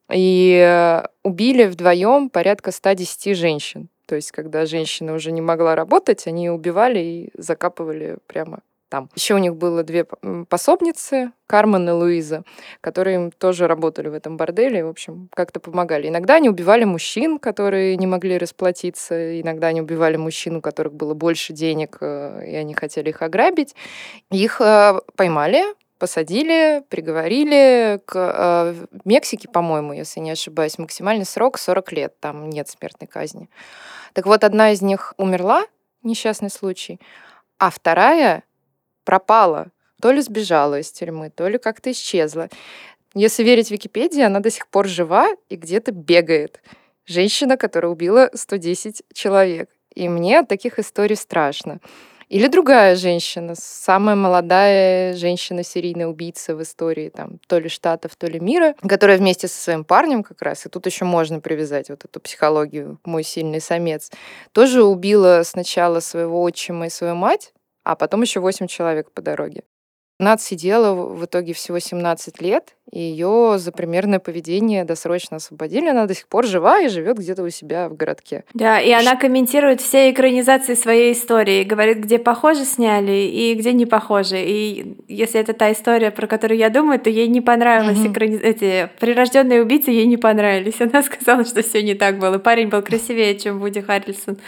и убили вдвоем порядка ста десяти женщин. То есть, когда женщина уже не могла работать, они убивали и закапывали прямо там. Еще у них было две пособницы, Кармен и Луиза, которые им тоже работали в этом борделе, и, в общем, как-то помогали. Иногда они убивали мужчин, которые не могли расплатиться, иногда они убивали мужчин, у которых было больше денег, и они хотели их ограбить. Их поймали, посадили, приговорили. К в Мексике, по-моему, если не ошибаюсь, максимальный срок сорок лет, там нет смертной казни. Так вот, одна из них умерла, несчастный случай, а вторая пропала. То ли сбежала из тюрьмы, то ли как-то исчезла. Если верить Википедии, она до сих пор жива и где-то бегает. Женщина, которая убила сто десять человек. И мне от таких историй страшно. Или другая женщина, самая молодая женщина-серийная убийца в истории там, то ли Штатов, то ли мира, которая вместе со своим парнем как раз, и тут еще можно привязать вот эту психологию «мой сильный самец», тоже убила сначала своего отчима и свою мать, а потом еще восемь человек по дороге. Она отсидела в итоге всего семнадцать лет, и ее за примерное поведение досрочно освободили. Она до сих пор жива и живет где-то у себя в городке. Да, и она комментирует все экранизации своей истории, говорит, где похоже сняли и где не похоже. И если это та история, про которую я думаю, то ей не понравилось. Mm-hmm. Экрани... Эти прирожденные убийцы ей не понравились. Она сказала, что все не так было. Парень был красивее, чем Вуди Харрельсон.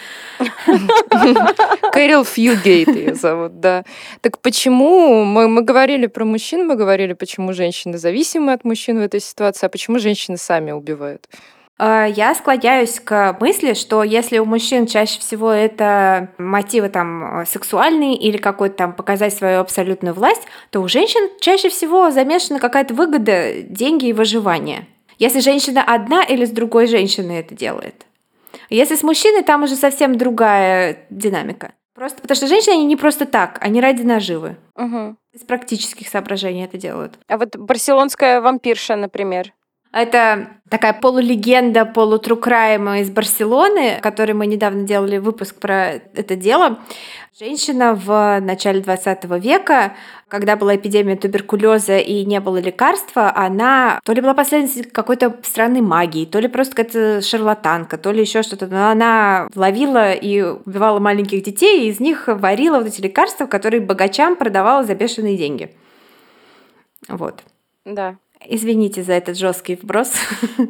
Кэрил Фьюгейт ее зовут, да. Так почему мы, мы говорили про мужчин, мы говорили, почему женщины зависимы от мужчин в этой ситуации, а почему женщины сами убивают? Я склоняюсь к мысли, что если у мужчин чаще всего это мотивы там сексуальные или какой-то там показать свою абсолютную власть, то у женщин чаще всего замешана какая-то выгода, деньги и выживание. Если женщина одна или с другой женщиной это делает. Если с мужчиной, там уже совсем другая динамика. Просто потому что женщины, они не просто так, они ради наживы. Угу. Из практических соображений это делают. А вот барселонская вампирша, например. Это такая полулегенда, полутру-крайм из Барселоны, который мы недавно делали выпуск про это дело. Женщина в начале двадцатого века, когда была эпидемия туберкулеза и не было лекарства, она то ли была последовательницей какой-то странной магии, то ли просто какая-то шарлатанка, то ли еще что-то. Но она ловила и убивала маленьких детей, и из них варила вот эти лекарства, которые богачам продавала за бешеные деньги. Вот. Да. Извините за этот жесткий вброс.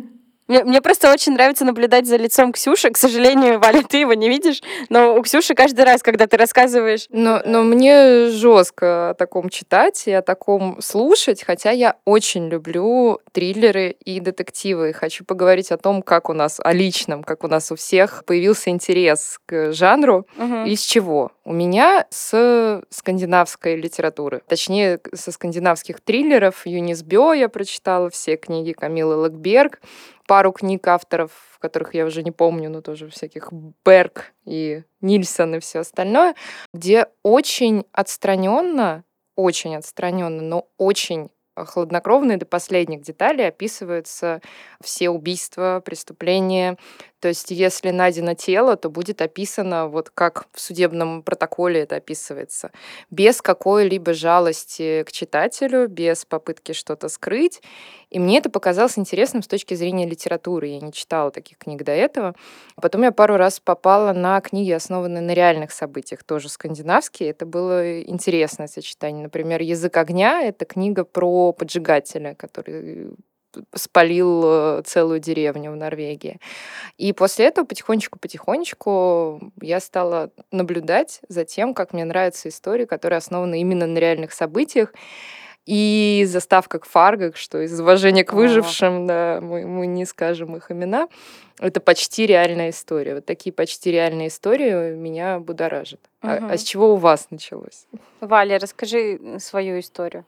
Мне, мне просто очень нравится наблюдать за лицом Ксюши. К сожалению, Валя, ты его не видишь, но у Ксюши каждый раз, когда ты рассказываешь... Но, но мне жестко о таком читать и о таком слушать, хотя я очень люблю триллеры и детективы. И хочу поговорить о том, как у нас, о личном, как у нас у всех появился интерес к жанру. Угу. Из чего? У меня с скандинавской литературы. Точнее, со скандинавских триллеров. Юнис Бё я прочитала все книги Камиллы Лакберг. Пару книг авторов, которых я уже не помню, но тоже всяких Берг и Нильсон и все остальное, где очень отстраненно, очень отстраненно, но очень хладнокровно и до последних деталей описываются все убийства, преступления. То есть если найдено тело, то будет описано, вот как в судебном протоколе это описывается, без какой-либо жалости к читателю, без попытки что-то скрыть. И мне это показалось интересным с точки зрения литературы. Я не читала таких книг до этого. Потом я пару раз попала на книги, основанные на реальных событиях, тоже скандинавские. Это было интересное сочетание. Например, «Язык огня» — это книга про поджигателя, который спалил целую деревню в Норвегии. И после этого потихонечку-потихонечку я стала наблюдать за тем, как мне нравятся истории, которые основаны именно на реальных событиях. И заставка к Фарго, что из уважения к выжившим, да, мы, мы не скажем их имена, это почти реальная история. Вот такие почти реальные истории меня будоражат. Угу. А, а с чего у вас началось? Валя, расскажи свою историю.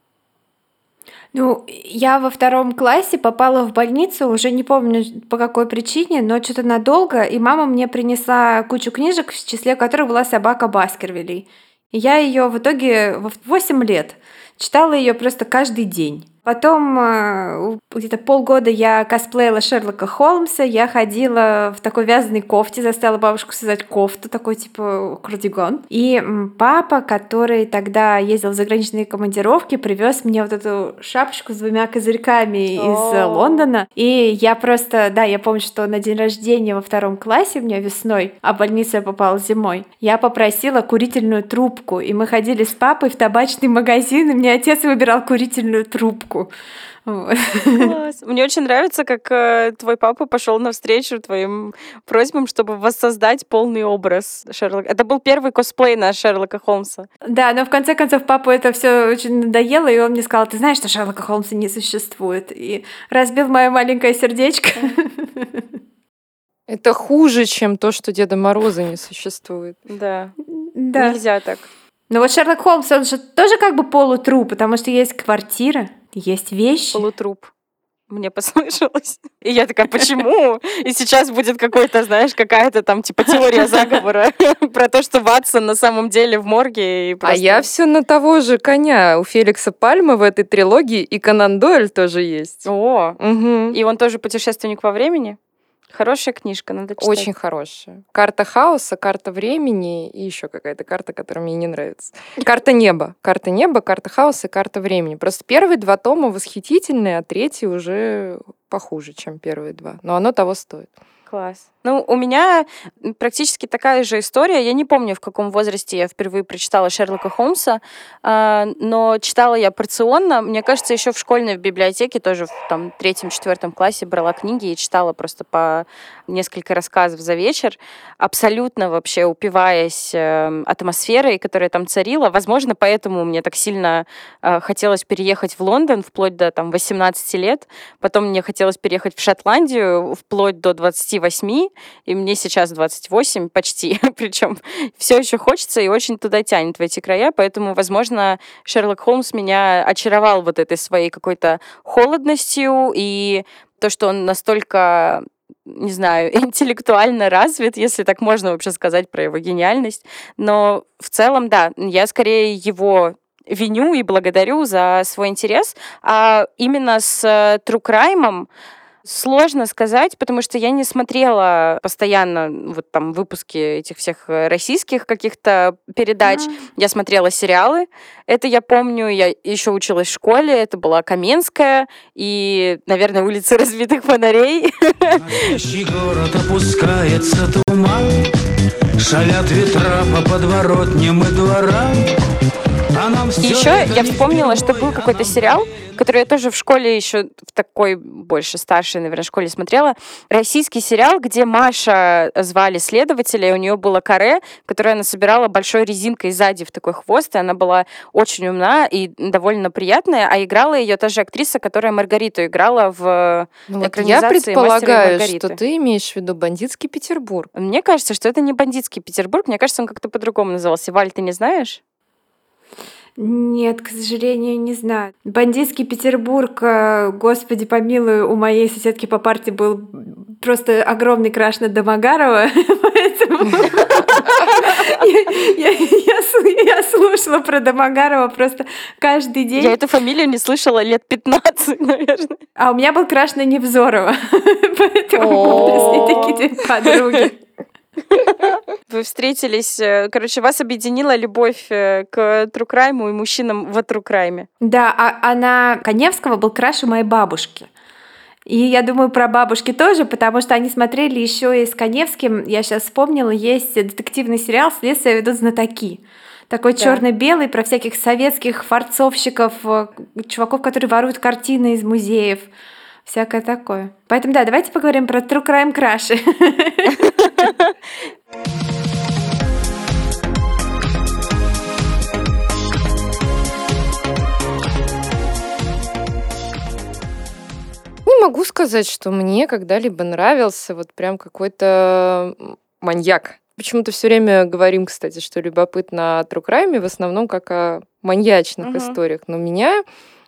Ну, я во втором классе попала в больницу, уже не помню по какой причине, но что-то надолго, и мама мне принесла кучу книжек, в числе которых была «Собака Баскервилей». И я ее в итоге в восемь лет читала ее просто каждый день. Потом где-то полгода я косплеила Шерлока Холмса, я ходила в такой вязаной кофте, заставила бабушку связать кофту, такой типа кардиган. И папа, который тогда ездил в заграничные командировки, привез мне вот эту шапочку с двумя козырьками из Лондона. И я просто, да, я помню, что на день рождения во втором классе у меня весной, а в больницу я попала зимой, я попросила курительную трубку, и мы ходили с папой в табачный магазин, и мне отец выбирал курительную трубку. Вот. Класс. Мне очень нравится, как э, твой папа пошел навстречу твоим просьбам, чтобы воссоздать полный образ Шерлока. Это был первый косплей на Шерлока Холмса. Да, но в конце концов папу это все очень надоело, и он мне сказал: ты знаешь, что Шерлока Холмса не существует? И разбил мое маленькое сердечко. Это хуже, чем то, что Деда Мороза не существует. Да. Да. Нельзя так. Но вот Шерлок Холмс, он же тоже как бы полутруп, потому что есть квартира, есть вещи. Полутруп. Мне послышалось. И я такая, почему? И сейчас будет какой-то, знаешь, какая-то там типа теория заговора про то, что Ватсон на самом деле в морге. И просто... А я все на того же коня. У Феликса Пальмы в этой трилогии и Конан Дойль тоже есть. О, угу. И он тоже путешественник во времени? Хорошая книжка, надо читать. Очень хорошая. Карта хаоса, карта времени и еще какая-то карта, которая мне не нравится. Карта неба. Карта неба, карта хаоса и карта времени. Просто первые два тома восхитительные, а третий уже похуже, чем первые два. Но оно того стоит. Класс. Ну, у меня практически такая же история. Я не помню, в каком возрасте я впервые прочитала Шерлока Холмса, но читала я порционно. Мне кажется, еще в школьной в библиотеке тоже в там, третьем-четвертом классе брала книги и читала просто по несколько рассказов за вечер, абсолютно вообще упиваясь атмосферой, которая там царила. Возможно, поэтому мне так сильно хотелось переехать в Лондон вплоть до там, восемнадцати лет. Потом мне хотелось переехать в Шотландию вплоть до двадцати восьми. И мне сейчас двадцать восемь почти, причем все еще хочется и очень туда тянет, в эти края, поэтому, возможно, Шерлок Холмс меня очаровал вот этой своей какой-то холодностью, и то, что он настолько, не знаю, интеллектуально развит, если так можно вообще сказать про его гениальность, но в целом, да, я скорее его виню и благодарю за свой интерес, а именно с True Crime сложно сказать, потому что я не смотрела постоянно вот там выпуски этих всех российских каких-то передач. Mm-hmm. Я смотрела сериалы. Это я помню. Я еще училась в школе. Это была Каменская и, наверное, улицы разбитых фонарей. Настоящий город опускается туман, шалят ветра по подворотням и дворам. а нам И всё еще это я не вспомнила, что впервой, был а какой-то нам сериал, который я тоже в школе еще в такой больше старшей, наверное, школе смотрела. Российский сериал, где Маша звали следователя, и у нее было каре, которое она собирала большой резинкой сзади в такой хвост, и она была очень умна и довольно приятная, а играла ее та же актриса, которая Маргариту играла в Ну вот я экранизации «Мастера и предполагаю, Маргариты». что ты имеешь в виду «Бандитский Петербург». Мне кажется, что это не «Бандитский Петербург», мне кажется, он как-то по-другому назывался. Валь, ты не знаешь? Нет, к сожалению, не знаю. «Бандитский Петербург», э, господи помилуй, у моей соседки по парте был просто огромный краш на Домогарова, поэтому я- я- я сл- я слушала про Домогарова просто каждый Я день. эту фамилию не слышала лет пятнадцать, наверное. А у меня был краш на Невзорова, поэтому мы были с ней такие две подруги. Вы встретились, э, короче, вас объединила любовь э, к true crime и мужчинам в true crime. Да, а, а на Коневского был краш у моей бабушки. И я думаю, про бабушки тоже, потому что они смотрели еще и с Коневским. Я сейчас вспомнила, есть детективный сериал «Следствие ведут знатоки». Такой Да. черно-белый про всяких советских фарцовщиков, э, чуваков, которые воруют картины из музеев. Всякое такое. Поэтому да, давайте поговорим про true crime краши. Не могу сказать, что мне когда-либо нравился вот прям какой-то м, маньяк. Почему-то все время говорим, кстати, что любопытно о true crime, в основном как о маньячных Мгм. историях. Но меня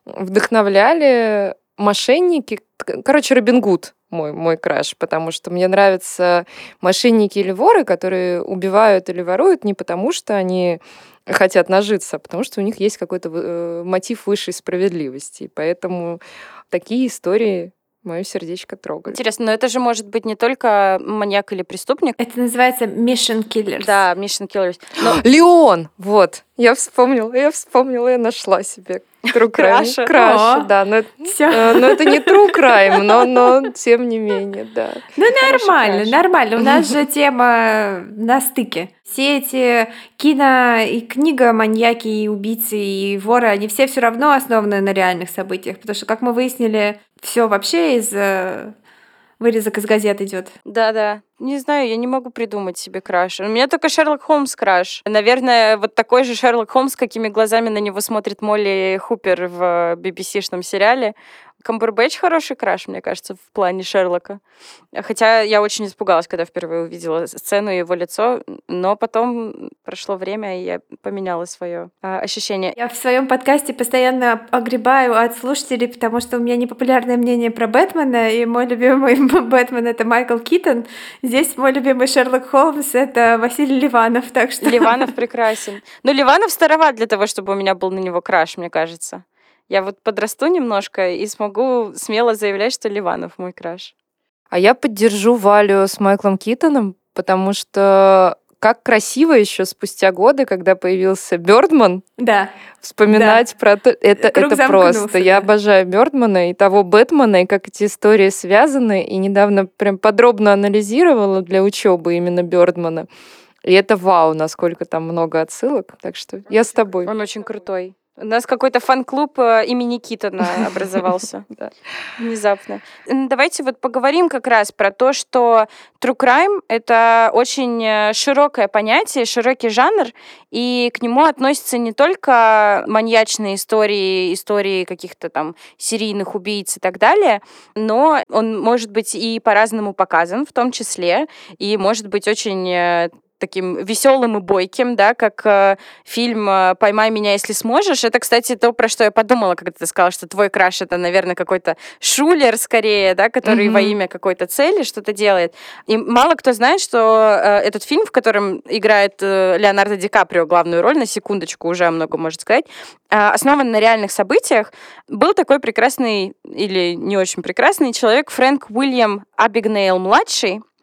вдохновляли мошенники. К- Короче, Робин Гуд мой, мой краш, потому что мне нравятся мошенники или воры, которые убивают или воруют не потому, что они хотят нажиться, а потому что у них есть какой-то э, мотив высшей справедливости. И поэтому такие истории мое сердечко трогают. Интересно, но это же может быть не только маньяк или преступник. Это называется Mission Killers. Да, Mission Killers. Но Леон! Вот, я вспомнила, я вспомнила, я нашла себе true crime. Краша. Краша, О. да. Но, это- Всё. э, но это не true crime, но, но тем не менее, да. Ну, Хороший нормально, краш. нормально. У нас же тема на стыке. Все эти кино и книга «Маньяки» и «Убийцы» и «Воры», они все все равно основаны на реальных событиях, потому что, как мы выяснили, все вообще из э, вырезок из газет идет. да-да. Не знаю, я не могу придумать себе краш. У меня только Шерлок Холмс краш. Наверное, вот такой же Шерлок Холмс, какими глазами на него смотрит Молли Хупер в би би си-шном сериале. Камбербэтч хороший краш, мне кажется, в плане Шерлока. Хотя я очень испугалась, когда впервые увидела сцену и его лицо, но потом прошло время, и я поменяла свое ощущение. Я в своем подкасте постоянно огребаю от слушателей, потому что у меня непопулярное мнение про Бэтмена, и мой любимый Бэтмен — это Майкл Китон. Здесь мой любимый Шерлок Холмс — это Василий Ливанов, так что... Ливанов прекрасен. Но Ливанов староват для того, чтобы у меня был на него краш, мне кажется. Я вот подрасту немножко и смогу смело заявлять, что Ливанов мой краш. А я поддержу Валю с Майклом Китоном, потому что как красиво еще спустя годы, когда появился Бёрдман, Да. вспоминать про то, это, Круг это замкнулся, просто. Я да. обожаю Бёрдмана и того Бэтмена, и как эти истории связаны. И недавно прям подробно анализировала для учебы именно Бёрдмана. И это вау, насколько там много отсылок. Так что я с тобой. Он очень крутой. У нас какой-то фан-клуб э, имени Китона образовался. Да. Внезапно. М, Давайте вот поговорим как раз про то, что true crime — это очень э, широкое понятие, широкий жанр, и к нему относятся не только маньячные истории, истории каких-то там серийных убийц и так далее, но он может быть и по-разному показан в том числе, и может быть очень э, таким веселым и бойким, да, как э, фильм э, «Поймай меня, если сможешь». Это, кстати, то, про что я подумала, когда ты сказала, что твой краш — это, наверное, какой-то шулер скорее, да, который Мгм. во имя какой-то цели что-то делает. И мало кто знает, что э, этот фильм, в котором играет э, Леонардо Ди Каприо главную роль, на секундочку, уже о многом может сказать, э, основан на реальных событиях. Был такой прекрасный или не очень прекрасный человек Фрэнк Уильям Абигнейл-младший.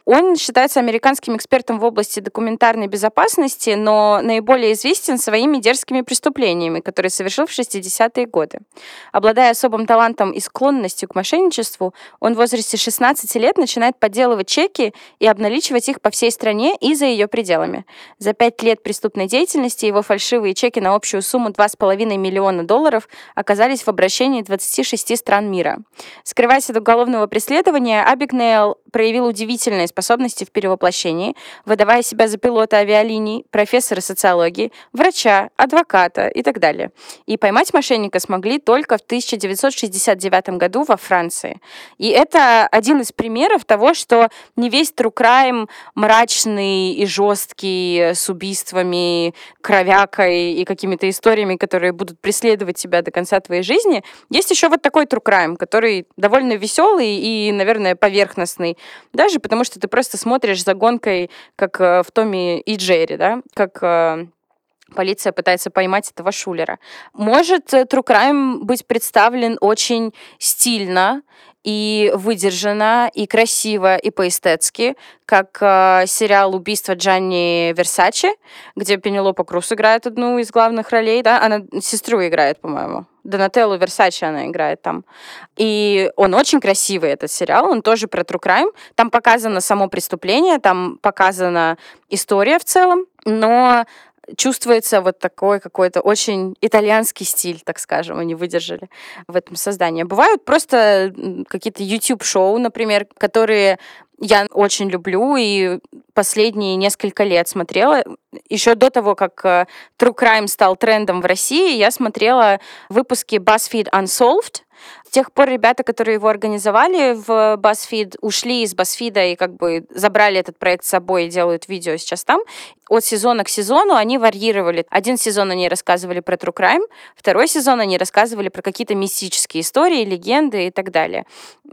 Он считается американским экспертом в области документарной безопасности, но наиболее известен своими дерзкими преступлениями, которые совершил в шестидесятые годы. Обладая особым талантом и склонностью к мошенничеству, он в возрасте шестнадцати лет начинает подделывать чеки и обналичивать их по всей стране и за ее пределами. За пять лет преступной деятельности его фальшивые чеки на общую сумму два с половиной миллиона долларов оказались в обращении двадцати шести стран мира. Скрываясь от уголовного преследования, Абигнейл проявил удивительные способности в перевоплощении, выдавая себя за пилота авиалиний, профессора социологии, врача, адвоката и так далее. И поймать мошенника смогли только в тысяча девятьсот шестьдесят девятом году во Франции. И это один из примеров того, что не весь true crime мрачный и жесткий, с убийствами, кровякой и какими-то историями, которые будут преследовать тебя до конца твоей жизни. Есть еще вот такой true crime, который довольно веселый и, наверное, поверхностный. Даже потому, что ты просто смотришь за гонкой, как в Томе и Джерри, да, как полиция пытается поймать этого шулера. Может true crime быть представлен очень стильно и выдержанно, и красиво, и по-эстетски, как э, сериал «Убийство Джанни Версаче», где Пенелопа Круз играет одну из главных ролей, да, она сестру играет, по-моему. Донателлу Версаче она играет там. И он очень красивый, этот сериал, он тоже про true crime. Там показано само преступление, там показана история в целом, но чувствуется вот такой какой-то очень итальянский стиль, так скажем, они выдержали в этом создании. Бывают просто какие-то YouTube-шоу, например, которые я очень люблю и последние несколько лет смотрела. Еще до того, как true crime стал трендом в России, я смотрела выпуски BuzzFeed Unsolved. С тех пор ребята, которые его организовали в BuzzFeed, ушли из BuzzFeed и как бы забрали этот проект с собой и делают видео сейчас там. От сезона к сезону они варьировали. Один сезон они рассказывали про true crime, второй сезон они рассказывали про какие-то мистические истории, легенды и так далее.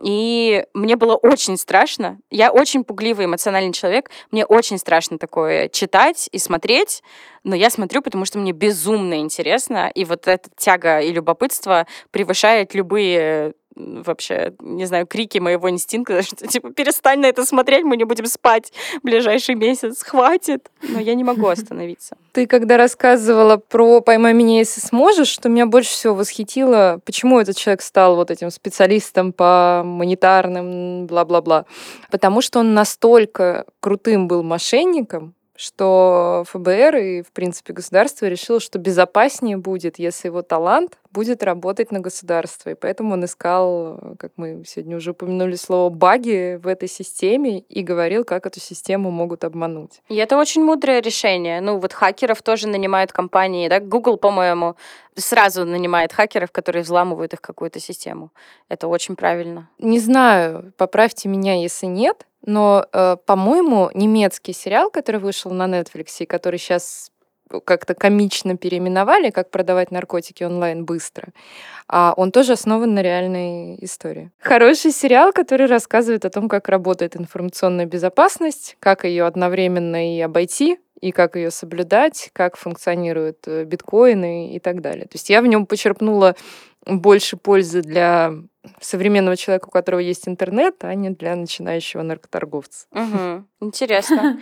И мне было очень страшно. Я очень пугливый, эмоциональный человек. Мне очень страшно такое читать и смотреть. Но я смотрю, потому что мне безумно интересно. И вот эта тяга и любопытство превышает любые вообще, не знаю, крики моего инстинкта, что типа перестань на это смотреть, мы не будем спать в ближайший месяц, хватит. Но я не могу остановиться. Ты когда рассказывала про «Поймай меня, если сможешь», что меня больше всего восхитило, почему этот человек стал вот этим специалистом по монетарным, бла-бла-бла. Потому что он настолько крутым был мошенником, что ФБР и, в принципе, государство решило, что безопаснее будет, если его талант будет работать на государство. И поэтому он искал, как мы сегодня уже упомянули слово, баги в этой системе и говорил, как эту систему могут обмануть. И это очень мудрое решение. Ну, вот хакеров тоже нанимают компании, да? Google, по-моему, сразу нанимает хакеров, которые взламывают их какую-то систему. Это очень правильно. Не знаю, поправьте меня, если нет, но, э, по-моему, немецкий сериал, который вышел на Netflix, и который сейчас как-то комично переименовали, как продавать наркотики онлайн быстро, а он тоже основан на реальной истории. Хороший сериал, который рассказывает о том, как работает информационная безопасность, как ее одновременно и обойти, и как ее соблюдать, как функционируют биткоины и так далее. То есть я в нем почерпнула больше пользы для современного человека, у которого есть интернет, а не для начинающего наркоторговца. Угу. Интересно.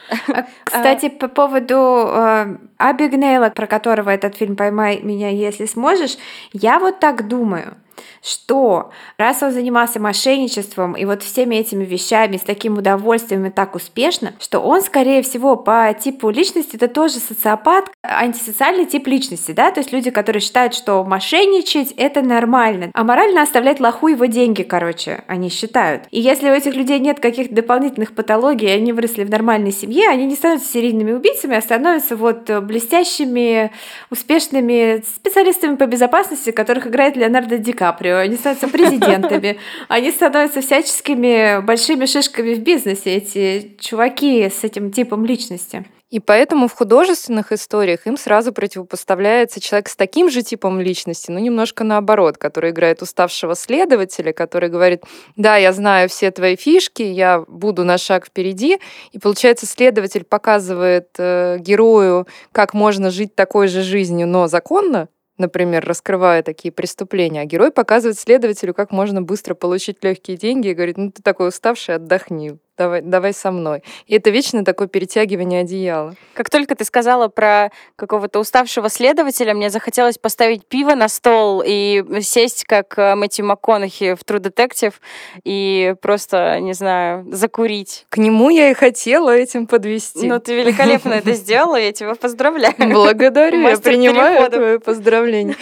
Кстати, по поводу э, Абигнейла, про которого этот фильм «Поймай меня, если сможешь», я вот так думаю, что раз он занимался мошенничеством и вот всеми этими вещами с таким удовольствием и так успешно, что он, скорее всего, по типу личности это тоже социопат, антисоциальный тип личности, да, то есть люди, которые считают, что мошенничать это нормально, а морально оставлять лоху его деньги, короче, они считают. И если у этих людей нет каких-то дополнительных патологий, и они выросли в нормальной семье, они не становятся серийными убийцами, а становятся вот блестящими, успешными специалистами по безопасности, которых играет Леонардо Ди Каприо. Они становятся президентами, они становятся всяческими большими шишками в бизнесе, эти чуваки с этим типом личности. И поэтому в художественных историях им сразу противопоставляется человек с таким же типом личности, но немножко наоборот, который играет уставшего следователя, который говорит: да, я знаю все твои фишки, я буду на шаг впереди. И получается, следователь показывает э, герою, как можно жить такой же жизнью, но законно, например, раскрывая такие преступления, а герой показывает следователю, как можно быстро получить легкие деньги и говорит: ну ты такой уставший, отдохни. давай, давай со мной. И это вечно такое перетягивание одеяла. Как только ты сказала про какого-то уставшего следователя, мне захотелось поставить пиво на стол и сесть, как э, Мэтью МакКонахи в True Detective, и просто, не знаю, закурить. К нему я и хотела этим подвести. Ну, ты великолепно это сделала, я тебя поздравляю. Благодарю, я Мастер принимаю переходов. твое поздравление.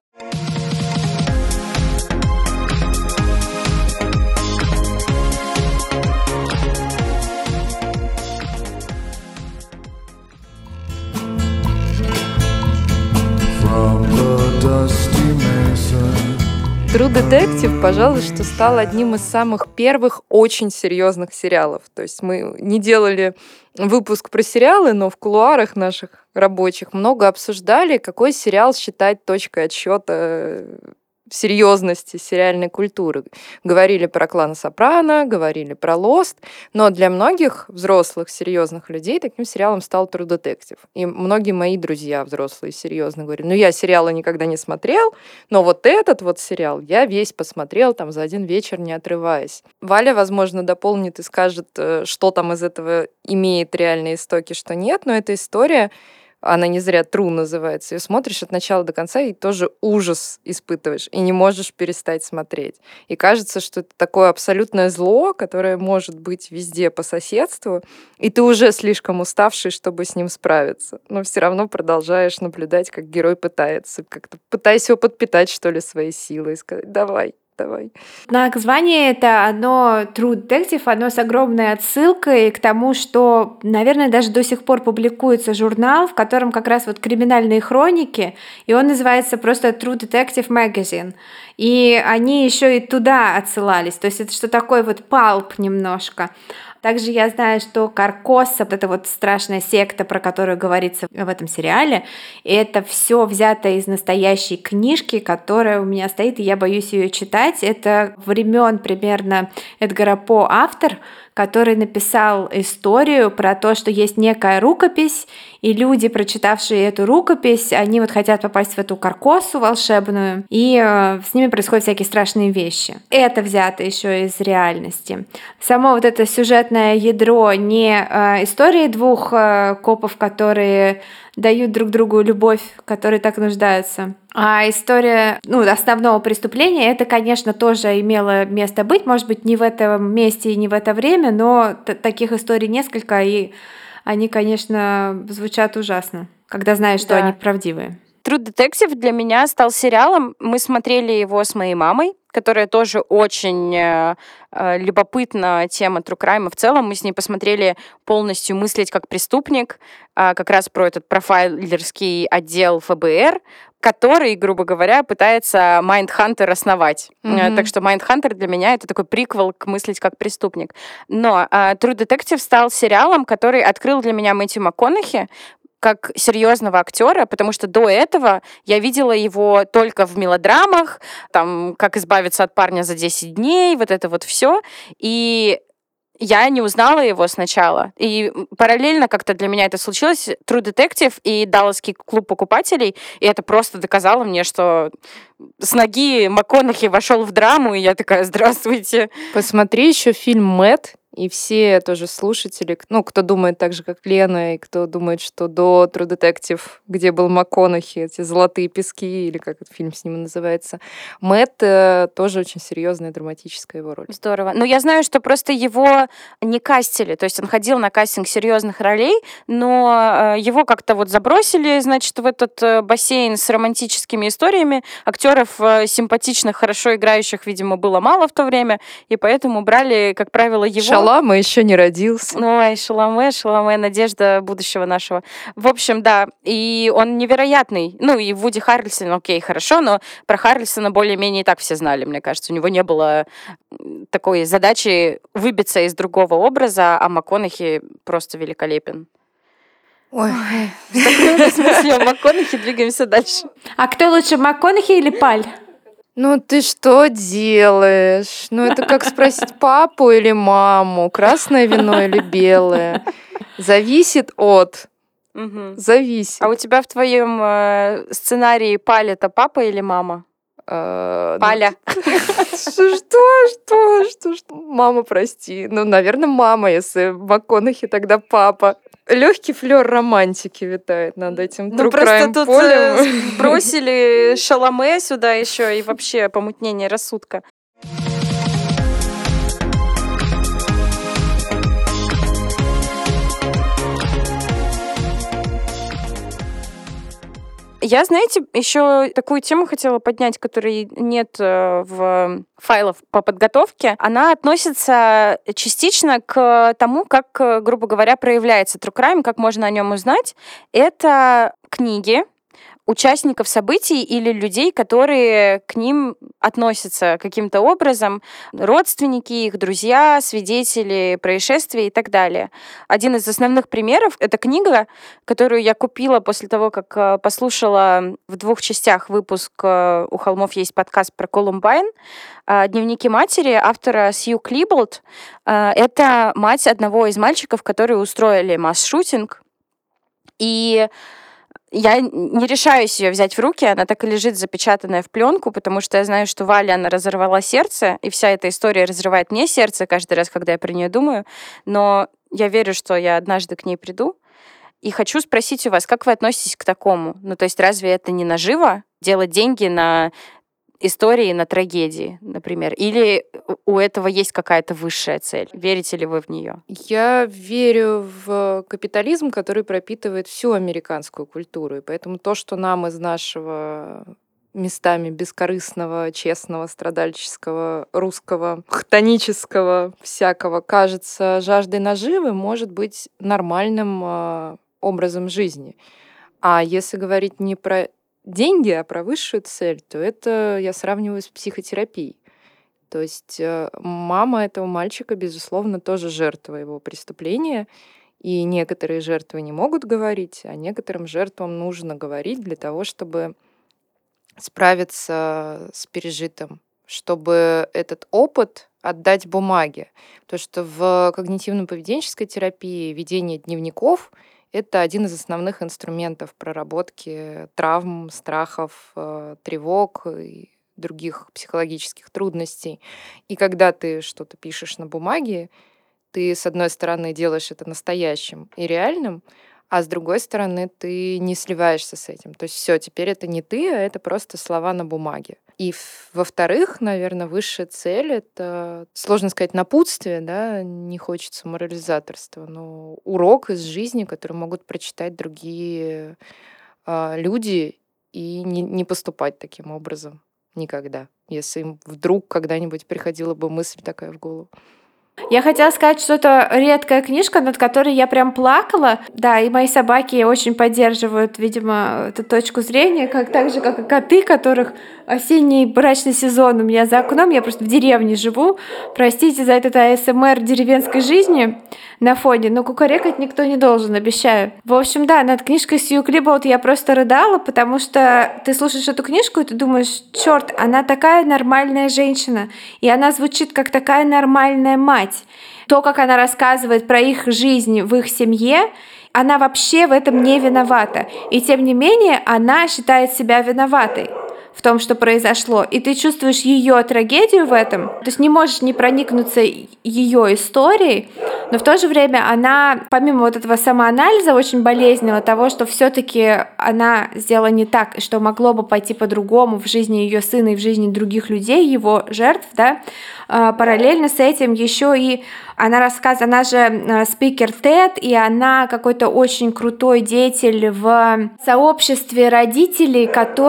From the dusty mesa. True Detective, пожалуй, что стал одним из самых первых очень серьезных сериалов. То есть мы не делали выпуск про сериалы, но в кулуарах наших рабочих много обсуждали, какой сериал считать точкой отсчета серьезности сериальной культуры. Говорили про «Клан Сопрано», говорили про «Лост», но для многих взрослых, серьезных людей таким сериалом стал True Detective. И многие мои друзья взрослые, серьезно говорят, ну я сериалы никогда не смотрел, но вот этот вот сериал я весь посмотрел там за один вечер, не отрываясь. Валя, возможно, дополнит и скажет, что там из этого имеет реальные истоки, что нет, но эта история, она не зря True называется. Ее смотришь от начала до конца и тоже ужас испытываешь, и не можешь перестать смотреть. И кажется, что это такое абсолютное зло, которое может быть везде по соседству, и ты уже слишком уставший, чтобы с ним справиться. Но все равно продолжаешь наблюдать, как герой пытается, как-то пытаясь его подпитать, что ли, своей силой, и сказать «давай». Давай. Название это, оно True Detective, оно с огромной отсылкой к тому, что, наверное, даже до сих пор публикуется журнал, в котором как раз вот криминальные хроники, и он называется просто True Detective Magazine. И они еще и туда отсылались, то есть это что такое вот палп немножко. Также я знаю, что Каркоса, вот эта вот страшная секта, про которую говорится в этом сериале, это все взято из настоящей книжки, которая у меня стоит, и я боюсь ее читать. Это времен примерно Эдгара По автор, который написал историю про то, что есть некая рукопись, и люди, прочитавшие эту рукопись, они вот хотят попасть в эту каркосу волшебную, и э, с ними происходят всякие страшные вещи. Это взято еще из реальности. Само вот это сюжетное ядро не э, истории двух э, копов, которые дают друг другу любовь, которые так нуждаются. А история, ну, основного преступления, это, конечно, тоже имело место быть, может быть, не в этом месте и не в это время, но т- таких историй несколько, и они, конечно, звучат ужасно, когда знаешь, что Да. они правдивые. True Detective для меня стал сериалом. Мы смотрели его с моей мамой, которая тоже очень э, э, любопытна тема true crime. В целом мы с ней посмотрели полностью «Мыслить как преступник», э, как раз про этот профайлерский отдел эф бэ эр, который, грубо говоря, пытается Mindhunter основать. Mm-hmm. Э, так что Mindhunter для меня это такой приквел к «Мыслить как преступник». Но э, True Detective стал сериалом, который открыл для меня Мэтью МакКонахи как серьезного актера, потому что до этого я видела его только в мелодрамах, там, как избавиться от парня за десять дней, вот это вот все. И я не узнала его сначала. И параллельно как-то для меня это случилось. True Detective и Далласский клуб покупателей. И это просто доказало мне, что с ноги МакКонахи вошел в драму, и я такая, здравствуйте. Посмотри еще фильм «Мэтт», и все тоже слушатели, ну, кто думает так же, как Лена, и кто думает, что до True Detective, где был МакКонахи, эти «Золотые пески», или как этот фильм с ним называется, Мэтт э, тоже очень серьезная драматическая его роль. Здорово. Но я знаю, что просто его не кастили, то есть он ходил на кастинг серьезных ролей, но э, его как-то вот забросили, значит, в этот э, бассейн с романтическими историями. Актеров э, симпатичных, хорошо играющих, видимо, было мало в то время, и поэтому брали, как правило, его. Шалама еще не родился. Ой, Шаломе, Шаломе, надежда будущего нашего. В общем, да, и он невероятный. Ну, и Вуди Харрельсон, окей, хорошо, но про Харрельсона более-менее и так все знали, мне кажется. У него не было такой задачи выбиться из другого образа, а МакКонахи просто великолепен. Ой. В таком смысле о МакКонахи двигаемся дальше. А кто лучше, МакКонахи или Паль? Ну ты что делаешь? Ну это как спросить папу или маму, красное вино или белое. Зависит от. Угу. Зависит. А у тебя в твоем э, сценарии Паль это папа или мама? А, ну, Паля. Что, что, что, что? Мама, прости. Ну, наверное, мама, если МакКонахи, тогда папа. Легкий флер романтики витает над этим Ну, true просто crime тут полем. э, бросили Шаломе сюда еще и вообще помутнение рассудка. Я, знаете, еще такую тему хотела поднять, которой нет э, в файлах по подготовке. Она относится частично к тому, как, э, грубо говоря, проявляется true crime, как можно о нем узнать. Это книги участников событий или людей, которые к ним относятся каким-то образом, родственники их, друзья, свидетели происшествий и так далее. Один из основных примеров — это книга, которую я купила после того, как э, послушала в двух частях выпуск э, «У холмов есть подкаст» про Колумбайн. Э, «Дневники матери» автора Сью Клиболд. Э, это мать одного из мальчиков, которые устроили масс-шутинг. И я не решаюсь ее взять в руки, она так и лежит запечатанная в пленку, потому что я знаю, что Валя, она разорвала сердце, и вся эта история разрывает мне сердце каждый раз, когда я про нее думаю. Но я верю, что я однажды к ней приду. И хочу спросить у вас, как вы относитесь к такому? Ну, то есть разве это не наживо делать деньги на истории, на трагедии, например? Или у этого есть какая-то высшая цель? Верите ли вы в нее? Я верю в капитализм, который пропитывает всю американскую культуру. И поэтому то, что нам из нашего местами бескорыстного, честного, страдальческого, русского, хтонического всякого кажется жаждой наживы, может быть нормальным э, образом жизни. А если говорить не про деньги, а про высшую цель, то это я сравниваю с психотерапией. То есть э, мама этого мальчика, безусловно, тоже жертва его преступления. И некоторые жертвы не могут говорить, а некоторым жертвам нужно говорить для того, чтобы справиться с пережитым, чтобы этот опыт отдать бумаге. Потому что в когнитивно-поведенческой терапии ведение дневников — это один из основных инструментов проработки травм, страхов, э, тревог и других психологических трудностей. И когда ты что-то пишешь на бумаге, ты, с одной стороны, делаешь это настоящим и реальным, а с другой стороны, ты не сливаешься с этим. То есть все, теперь это не ты, а это просто слова на бумаге. И в- во-вторых, наверное, высшая цель — это, сложно сказать, напутствие, да, не хочется морализаторства, но урок из жизни, который могут прочитать другие а, люди и не, не поступать таким образом никогда, если им вдруг когда-нибудь приходила бы мысль такая в голову. Я хотела сказать, что это редкая книжка, над которой я прям плакала. Да, и мои собаки очень поддерживают, видимо, эту точку зрения, как так же, как и коты, которых осенний брачный сезон у меня за окном. Я просто в деревне живу. Простите за этот а эс эм эр деревенской жизни на фоне, но кукарекать никто не должен, обещаю. В общем, да, над книжкой Сью Клиболд я просто рыдала, потому что ты слушаешь эту книжку, и ты думаешь, черт, она такая нормальная женщина, и она звучит как такая нормальная мать. То, как она рассказывает про их жизнь в их семье, она вообще в этом не виновата. И тем не менее, она считает себя виноватой в том, что произошло. И ты чувствуешь ее трагедию в этом, то есть не можешь не проникнуться ее историей, но в то же время она, помимо вот этого самоанализа очень болезненного, того, что все-таки она сделала не так, и что могло бы пойти по-другому в жизни ее сына и в жизни других людей, его жертв, да, параллельно с этим еще и она рассказывает, она же спикер тед, и она какой-то очень крутой деятель в сообществе родителей,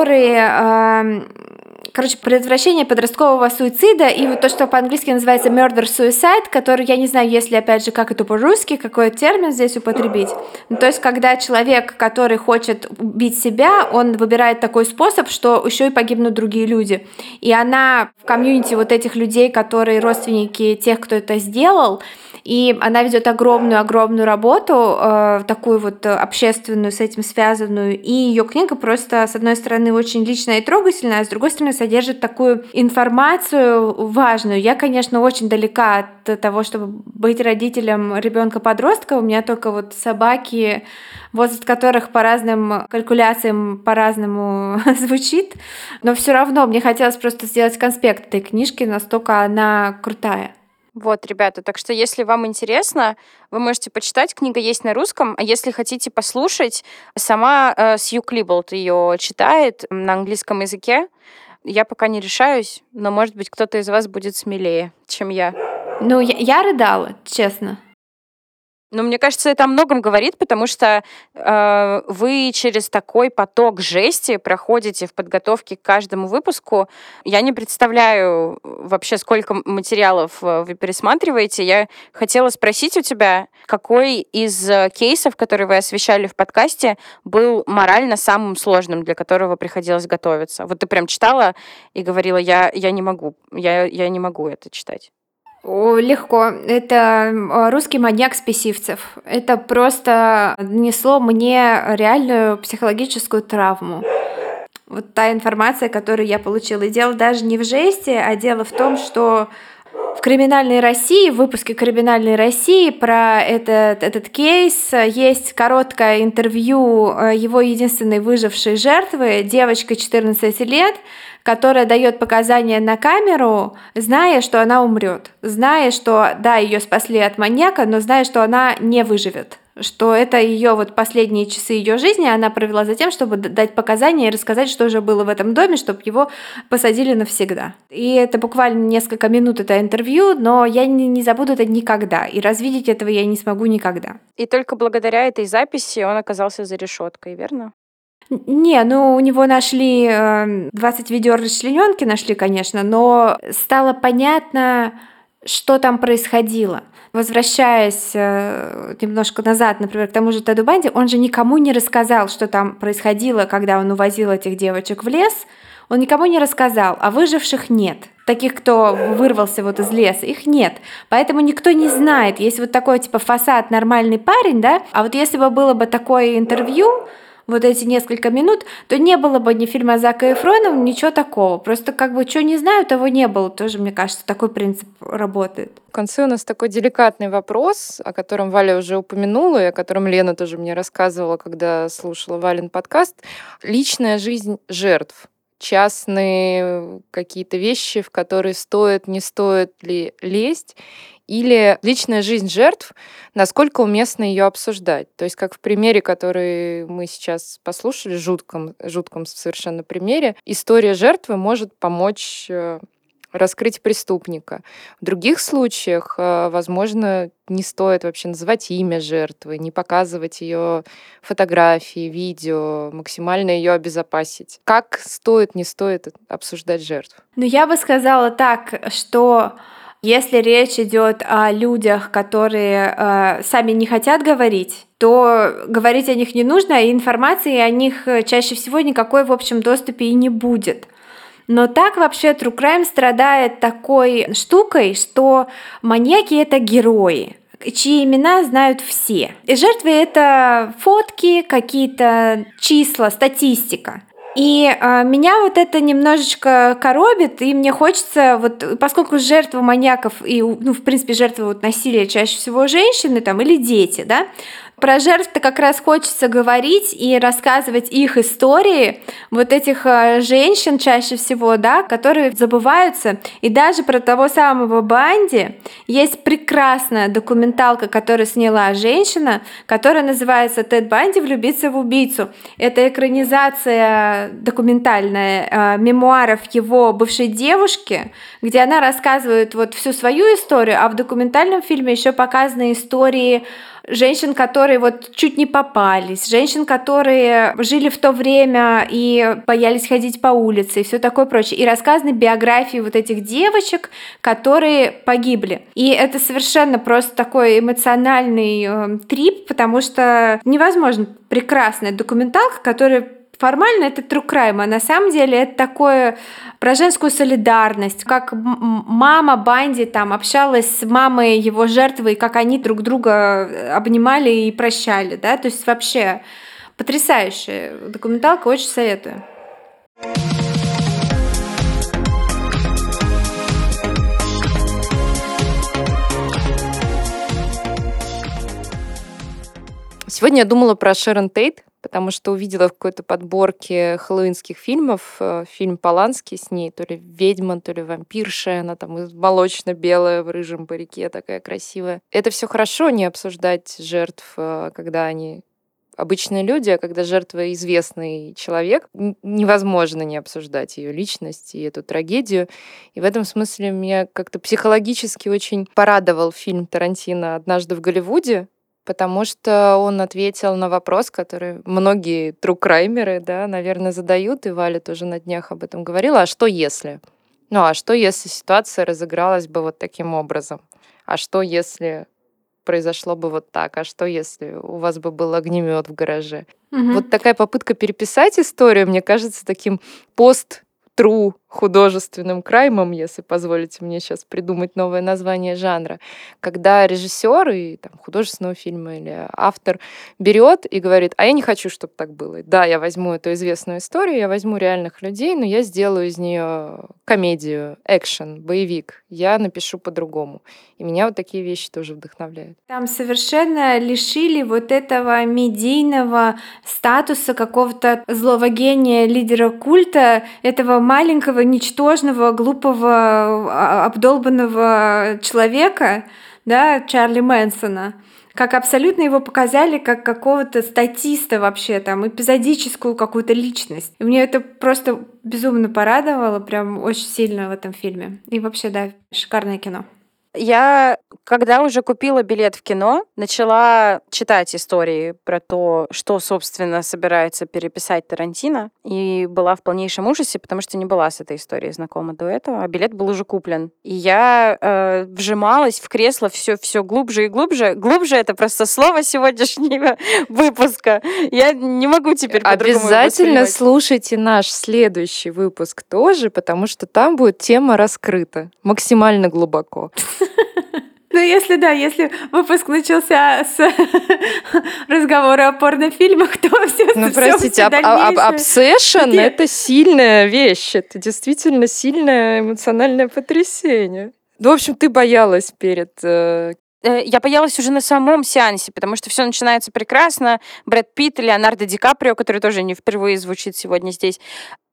которые, короче, предотвращение подросткового суицида и вот то, что по-английски называется murder-suicide, который, я не знаю, если, опять же, как это по-русски, какой термин здесь употребить. Ну, то есть, когда человек, который хочет убить себя, он выбирает такой способ, что еще и погибнут другие люди. И она в комьюнити вот этих людей, которые родственники тех, кто это сделал, И она ведет огромную-огромную работу, э, такую вот общественную, с этим связанную. И ее книга просто, с одной стороны, очень личная и трогательная, а с другой стороны, содержит такую информацию важную. Я, конечно, очень далека от того, чтобы быть родителем ребенка-подростка. У меня только вот собаки, возраст которых по разным калькуляциям по-разному звучит. Но все равно мне хотелось просто сделать конспект этой книжки, настолько она крутая. Вот, ребята, так что если вам интересно, вы можете почитать. Книга есть на русском, а если хотите послушать, сама э, Сью Клиболт ее читает на английском языке. Я пока не решаюсь, но, может быть, кто-то из вас будет смелее, чем я. Ну, я, я рыдала, честно. Но мне кажется, это о многом говорит, потому что э, вы через такой поток жести проходите в подготовке к каждому выпуску. Я не представляю вообще, сколько материалов вы пересматриваете. Я хотела спросить у тебя, какой из кейсов, которые вы освещали в подкасте, был морально самым сложным, для которого приходилось готовиться? Вот ты прям читала и говорила, я, я не могу, я, я не могу это читать. О, легко. Это русский маньяк спесивцев. Это просто нанесло мне реальную психологическую травму. Вот та информация, которую я получила. И дело даже не в жесте, а дело в том, что в «Криминальной России», в выпуске «Криминальной России» про этот, этот кейс есть короткое интервью его единственной выжившей жертвы, девочка четырнадцати лет, которая дает показания на камеру, зная, что она умрет, зная, что да, ее спасли от маньяка, но зная, что она не выживет, что это ее вот последние часы ее жизни она провела за тем, чтобы дать показания и рассказать, что же было в этом доме, чтобы его посадили навсегда. И это буквально несколько минут это интервью, но я не, не забуду это никогда, и развидеть этого я не смогу никогда. И только благодаря этой записи он оказался за решеткой, верно? Не, ну у него нашли двадцать ведер расчлененки, нашли, конечно, но стало понятно, что там происходило. Возвращаясь немножко назад, например, к тому же Теду Банди, он же никому не рассказал, что там происходило, когда он увозил этих девочек в лес. Он никому не рассказал, а выживших нет. Таких, кто вырвался вот из леса, их нет. Поэтому никто не знает. Есть вот такой типа фасад нормальный парень, да? А вот если бы было бы такое интервью, вот эти несколько минут, то не было бы ни фильма Зака Эфрона, ничего такого. Просто как бы что не знаю, того не было. Тоже, мне кажется, такой принцип работает. В конце у нас такой деликатный вопрос, о котором Валя уже упомянула, и о котором Лена тоже мне рассказывала, когда слушала Валин подкаст. Личная жизнь жертв. Частные какие-то вещи, в которые стоит, не стоит ли лезть, или личная жизнь жертв, насколько уместно ее обсуждать. То есть, как в примере, который мы сейчас послушали, жутком, жутком совершенно примере, история жертвы может помочь раскрыть преступника. В других случаях, возможно, не стоит вообще называть имя жертвы, не показывать ее фотографии, видео, максимально ее обезопасить. Как стоит, не стоит обсуждать жертв? Ну, я бы сказала так, что если речь идет о людях, которые э, сами не хотят говорить, то говорить о них не нужно, и информации о них чаще всего никакой в общем доступе и не будет. Но так вообще True Crime страдает такой штукой, что маньяки — это герои, чьи имена знают все. И жертвы — это фотки, какие-то числа, статистика. И э, меня вот это немножечко коробит, и мне хочется, вот, поскольку жертвы маньяков и, ну, в принципе, жертвы вот насилия чаще всего женщины там, или дети, да, про жертв-то как раз хочется говорить и рассказывать их истории, вот этих э, женщин чаще всего, да, которые забываются. И даже про того самого Банди есть прекрасная документалка, которую сняла женщина, которая называется «Тед Банди влюбится в убийцу». Это экранизация документальная э, мемуаров его бывшей девушки, где она рассказывает вот всю свою историю, а в документальном фильме еще показаны истории женщин, которые вот чуть не попались, женщин, которые жили в то время и боялись ходить по улице и все такое прочее. И рассказаны биографии вот этих девочек, которые погибли. И это совершенно просто такой эмоциональный э, трип, потому что невозможно прекрасная документалка, которая Формально это true crime, а на самом деле это такое про женскую солидарность, как мама Банди там общалась с мамой его жертвы, и как они друг друга обнимали и прощали, да, то есть вообще потрясающая документалка, очень советую. Сегодня я думала про Шерон Тейт, потому что увидела в какой-то подборке хэллоуинских фильмов фильм Полански с ней, то ли ведьма, то ли вампирша, она там молочно-белая в рыжем парике, такая красивая. Это все хорошо, не обсуждать жертв, когда они обычные люди, а когда жертва известный человек, невозможно не обсуждать ее личность и эту трагедию. И в этом смысле меня как-то психологически очень порадовал фильм Тарантино «Однажды в Голливуде», потому что он ответил на вопрос, который многие тру-краймеры, да, наверное, задают, и Валя тоже на днях об этом говорила. А что если? Ну, а что если ситуация разыгралась бы вот таким образом? А что если произошло бы вот так? А что если у вас бы был огнемет в гараже? Угу. Вот такая попытка переписать историю, мне кажется, таким пост-тру художественным краймом, если позволите мне сейчас придумать новое название жанра, когда режиссер и там, художественного фильма или автор берет и говорит, а я не хочу, чтобы так было. Да, я возьму эту известную историю, я возьму реальных людей, но я сделаю из нее комедию, экшен, боевик. Я напишу по-другому. И меня вот такие вещи тоже вдохновляют. Там совершенно лишили вот этого медийного статуса какого-то злого гения, лидера культа, этого маленького, ничтожного, глупого, обдолбанного человека, да, Чарли Мэнсона, как абсолютно его показали как какого-то статиста вообще, там, эпизодическую какую-то личность. И мне это просто безумно порадовало, прям очень сильно в этом фильме. И вообще, да, шикарное кино. Я, когда уже купила билет в кино, начала читать истории про то, что, собственно, собирается переписать Тарантино, и была в полнейшем ужасе, потому что не была с этой историей знакома до этого, а билет был уже куплен. И я э, вжималась в кресло все, все глубже и глубже. Глубже — это просто слово сегодняшнего выпуска. Я не могу теперь по-другому Обязательно воспринимать. слушайте наш следующий выпуск тоже, потому что там будет тема раскрыта максимально глубоко. Ну, если да, если выпуск начался с разговора о порнофильмах, то все Ну, простите, обсессион — Где? это сильная вещь, это действительно сильное эмоциональное потрясение. Ну, в общем, ты боялась перед... э, Э, Я боялась уже на самом сеансе, потому что все начинается прекрасно. Брэд Питт, Леонардо Ди Каприо, который тоже не впервые звучит сегодня здесь.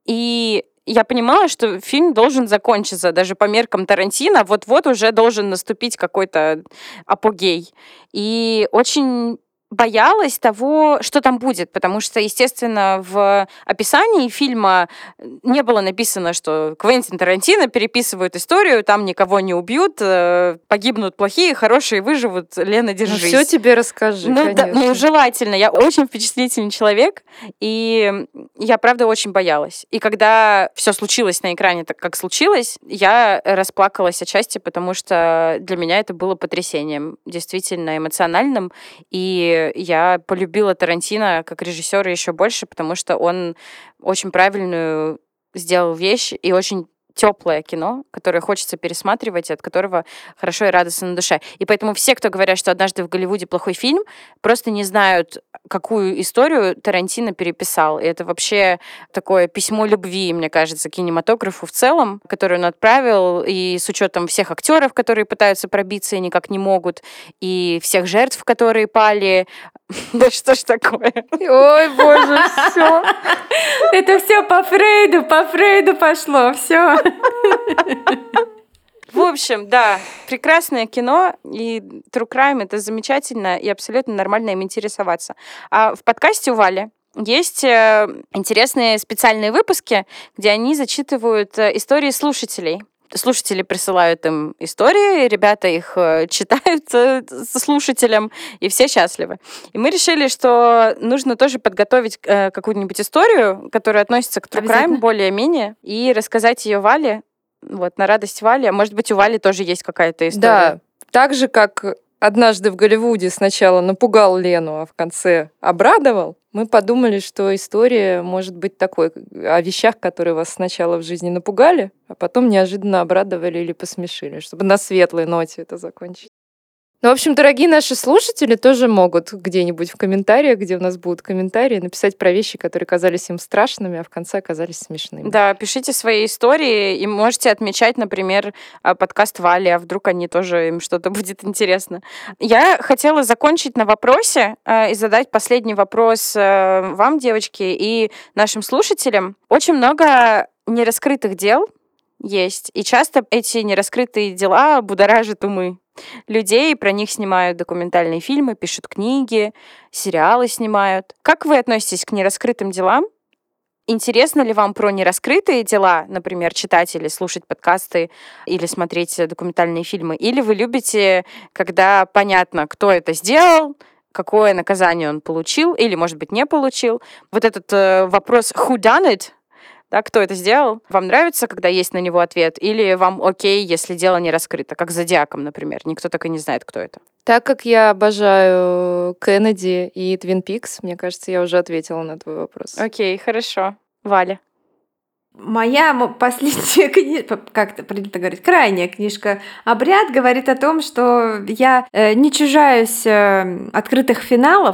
И я понимала, что фильм должен закончиться, даже по меркам Тарантино, вот-вот уже должен наступить какой-то апогей. И очень боялась того, что там будет, потому что, естественно, в описании фильма не было написано, что Квентин Тарантино переписывает историю, там никого не убьют, э, погибнут плохие, хорошие выживут, Лена, Ну, держись. все тебе расскажи, Ну, да, конечно. ну, желательно. Я очень впечатлительный человек, и я, правда, очень боялась. И когда все случилось на экране так, как случилось, я расплакалась отчасти, потому что для меня это было потрясением, действительно эмоциональным. И я полюбила Тарантино как режиссера еще больше, потому что он очень правильную сделал вещь и очень теплое кино, которое хочется пересматривать, и от которого хорошо и радостно на душе. И поэтому все, кто говорят, что «Однажды в Голливуде» плохой фильм, просто не знают, какую историю Тарантино переписал. И это вообще такое письмо любви, мне кажется, кинематографу в целом, которое он отправил, и с учетом всех актеров, которые пытаются пробиться и никак не могут, и всех жертв, которые пали. Да что ж такое? Ой, боже, все. Это все по Фрейду, по Фрейду пошло, все. В общем, да, прекрасное кино, и True Crime — это замечательно, и абсолютно нормально им интересоваться. А в подкасте у Вали есть э, интересные специальные выпуски, где они зачитывают э, истории слушателей. Слушатели присылают им истории, ребята их э, читают э, со слушателем, и все счастливы. И мы решили, что нужно тоже подготовить э, какую-нибудь историю, которая относится к True Crime Обязательно. более-менее, и рассказать ее Вале, вот, на радость Вали. А может быть, у Вали тоже есть какая-то история. Да, так же, как «Однажды в Голливуде» сначала напугал Лену, а в конце обрадовал, мы подумали, что история может быть такой, о вещах, которые вас сначала в жизни напугали, а потом неожиданно обрадовали или посмешили, чтобы на светлой ноте это закончить. Ну, в общем, дорогие наши слушатели тоже могут где-нибудь в комментариях, где у нас будут комментарии, написать про вещи, которые казались им страшными, а в конце оказались смешными. Да, пишите свои истории и можете отмечать, например, подкаст Вали, а вдруг они тоже, им что-то будет интересно. Я хотела закончить на вопросе э, и задать последний вопрос э, вам, девочки, и нашим слушателям. Очень много нераскрытых дел есть, и часто эти нераскрытые дела будоражат умы людей, про них снимают документальные фильмы, пишут книги, сериалы снимают. Как вы относитесь к нераскрытым делам? Интересно ли вам про нераскрытые дела, например, читать или слушать подкасты или смотреть документальные фильмы? Или вы любите, когда понятно, кто это сделал, какое наказание он получил или, может быть, не получил? Вот этот э, вопрос «who done it?» Да, кто это сделал? Вам нравится, когда есть на него ответ? Или вам окей, если дело не раскрыто? Как с «Зодиаком», например. Никто так и не знает, кто это. Так как я обожаю Кеннеди и Твин Пикс, мне кажется, я уже ответила на твой вопрос. Окей, хорошо. Валя. Моя последняя книжка, как это принято говорить, крайняя книжка «Обряд» говорит о том, что я э, не чужаюсь э, открытых финалов,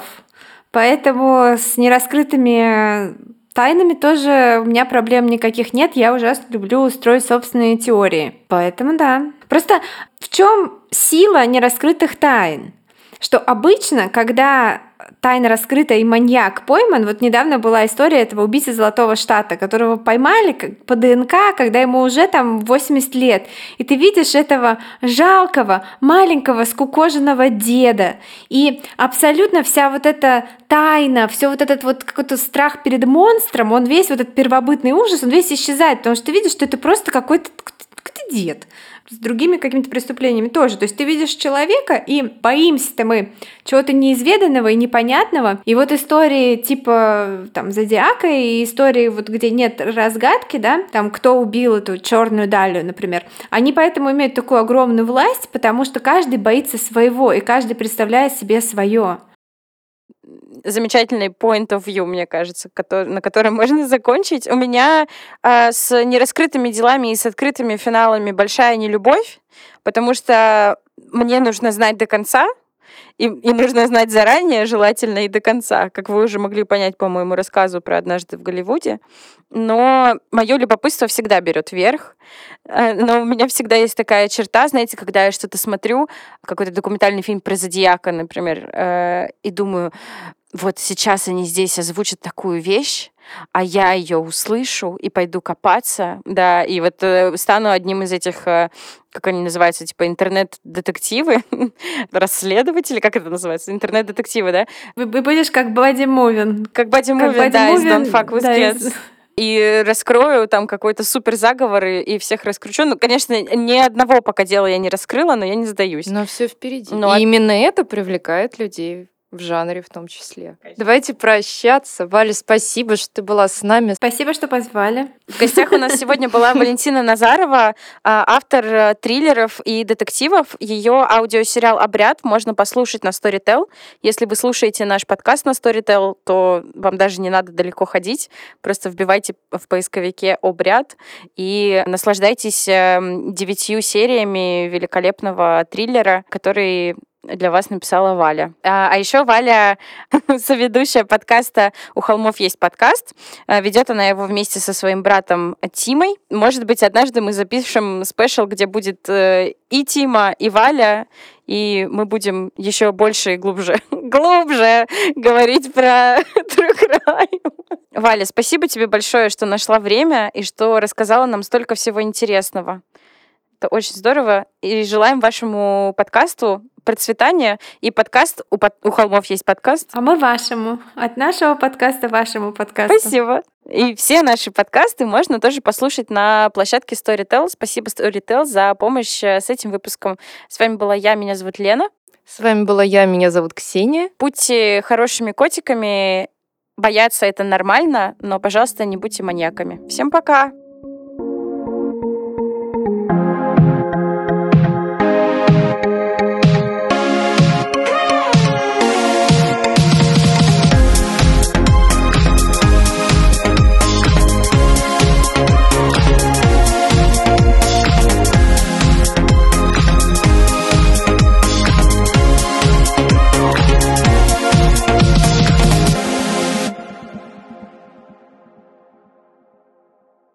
поэтому с нераскрытыми тайнами тоже у меня проблем никаких нет. Я ужасно люблю строить собственные теории. Поэтому да. Просто в чем сила нераскрытых тайн? Что обычно, когда тайна раскрыта и маньяк пойман, вот недавно была история этого убийцы Золотого Штата, которого поймали по ДНК, когда ему уже там восемьдесят лет. И ты видишь этого жалкого, маленького, скукоженного деда. И абсолютно вся вот эта тайна, все вот этот вот какой-то страх перед монстром, он весь, вот этот первобытный ужас, он весь исчезает, потому что ты видишь, что это просто какой-то, какой-то дед. С другими какими-то преступлениями тоже. То есть ты видишь человека, и боимся-то мы чего-то неизведанного и непонятного. И вот истории типа там Зодиака и истории, вот, где нет разгадки, да, там кто убил эту черную Далию, например, они поэтому имеют такую огромную власть, потому что каждый боится своего, и каждый представляет себе свое. Замечательный point of view, мне кажется, который, на котором можно закончить. У меня э, с нераскрытыми делами и с открытыми финалами большая нелюбовь, потому что мне нужно знать до конца, и, и нужно знать заранее, желательно и до конца, как вы уже могли понять по моему рассказу про «Однажды в Голливуде». Но мое любопытство всегда берет верх. Но у меня всегда есть такая черта, знаете, когда я что-то смотрю, какой-то документальный фильм про Зодиака, например, и думаю, вот сейчас они здесь озвучат такую вещь, а я ее услышу и пойду копаться, да, и вот э, стану одним из этих, э, как они называются, типа интернет-детективы, расследователи, как это называется, интернет-детективы, да? Вы, вы будешь как Бадди Мувин. Как Бадди Мувин, да, из Don't Fuck With Cats. И раскрою там какой-то супер заговор и, и всех раскручу. Ну, конечно, ни одного пока дела я не раскрыла, но я не сдаюсь. Но все впереди. Но... И именно это привлекает людей. В жанре в том числе. Конечно. Давайте прощаться. Валя, спасибо, что ты была с нами. Спасибо, что позвали. В гостях у нас сегодня была Валентина Назарова, автор триллеров и детективов. Ее аудиосериал «Обряд» можно послушать на Storytel. Если вы слушаете наш подкаст на Storytel, то вам даже не надо далеко ходить. Просто вбивайте в поисковике «Обряд» и наслаждайтесь девятью сериями великолепного триллера, который для вас написала Валя. А, а еще Валя соведущая подкаста «У холмов есть подкаст». Ведет она его вместе со своим братом Тимой. Может быть, однажды мы запишем спешл, где будет э, и Тима, и Валя, и мы будем еще больше и глубже, глубже говорить про True Crime. Валя, спасибо тебе большое, что нашла время и что рассказала нам столько всего интересного. Это очень здорово. И желаем вашему подкасту процветания. И подкаст, у, под, у холмов есть подкаст. А мы вашему. От нашего подкаста вашему подкасту. Спасибо. И все наши подкасты можно тоже послушать на площадке Storytel. Спасибо, Storytel, за помощь с этим выпуском. С вами была я, меня зовут Лена. С вами была я, меня зовут Ксения. Будьте хорошими котиками. Бояться — это нормально, но, пожалуйста, не будьте маньяками. Всем пока!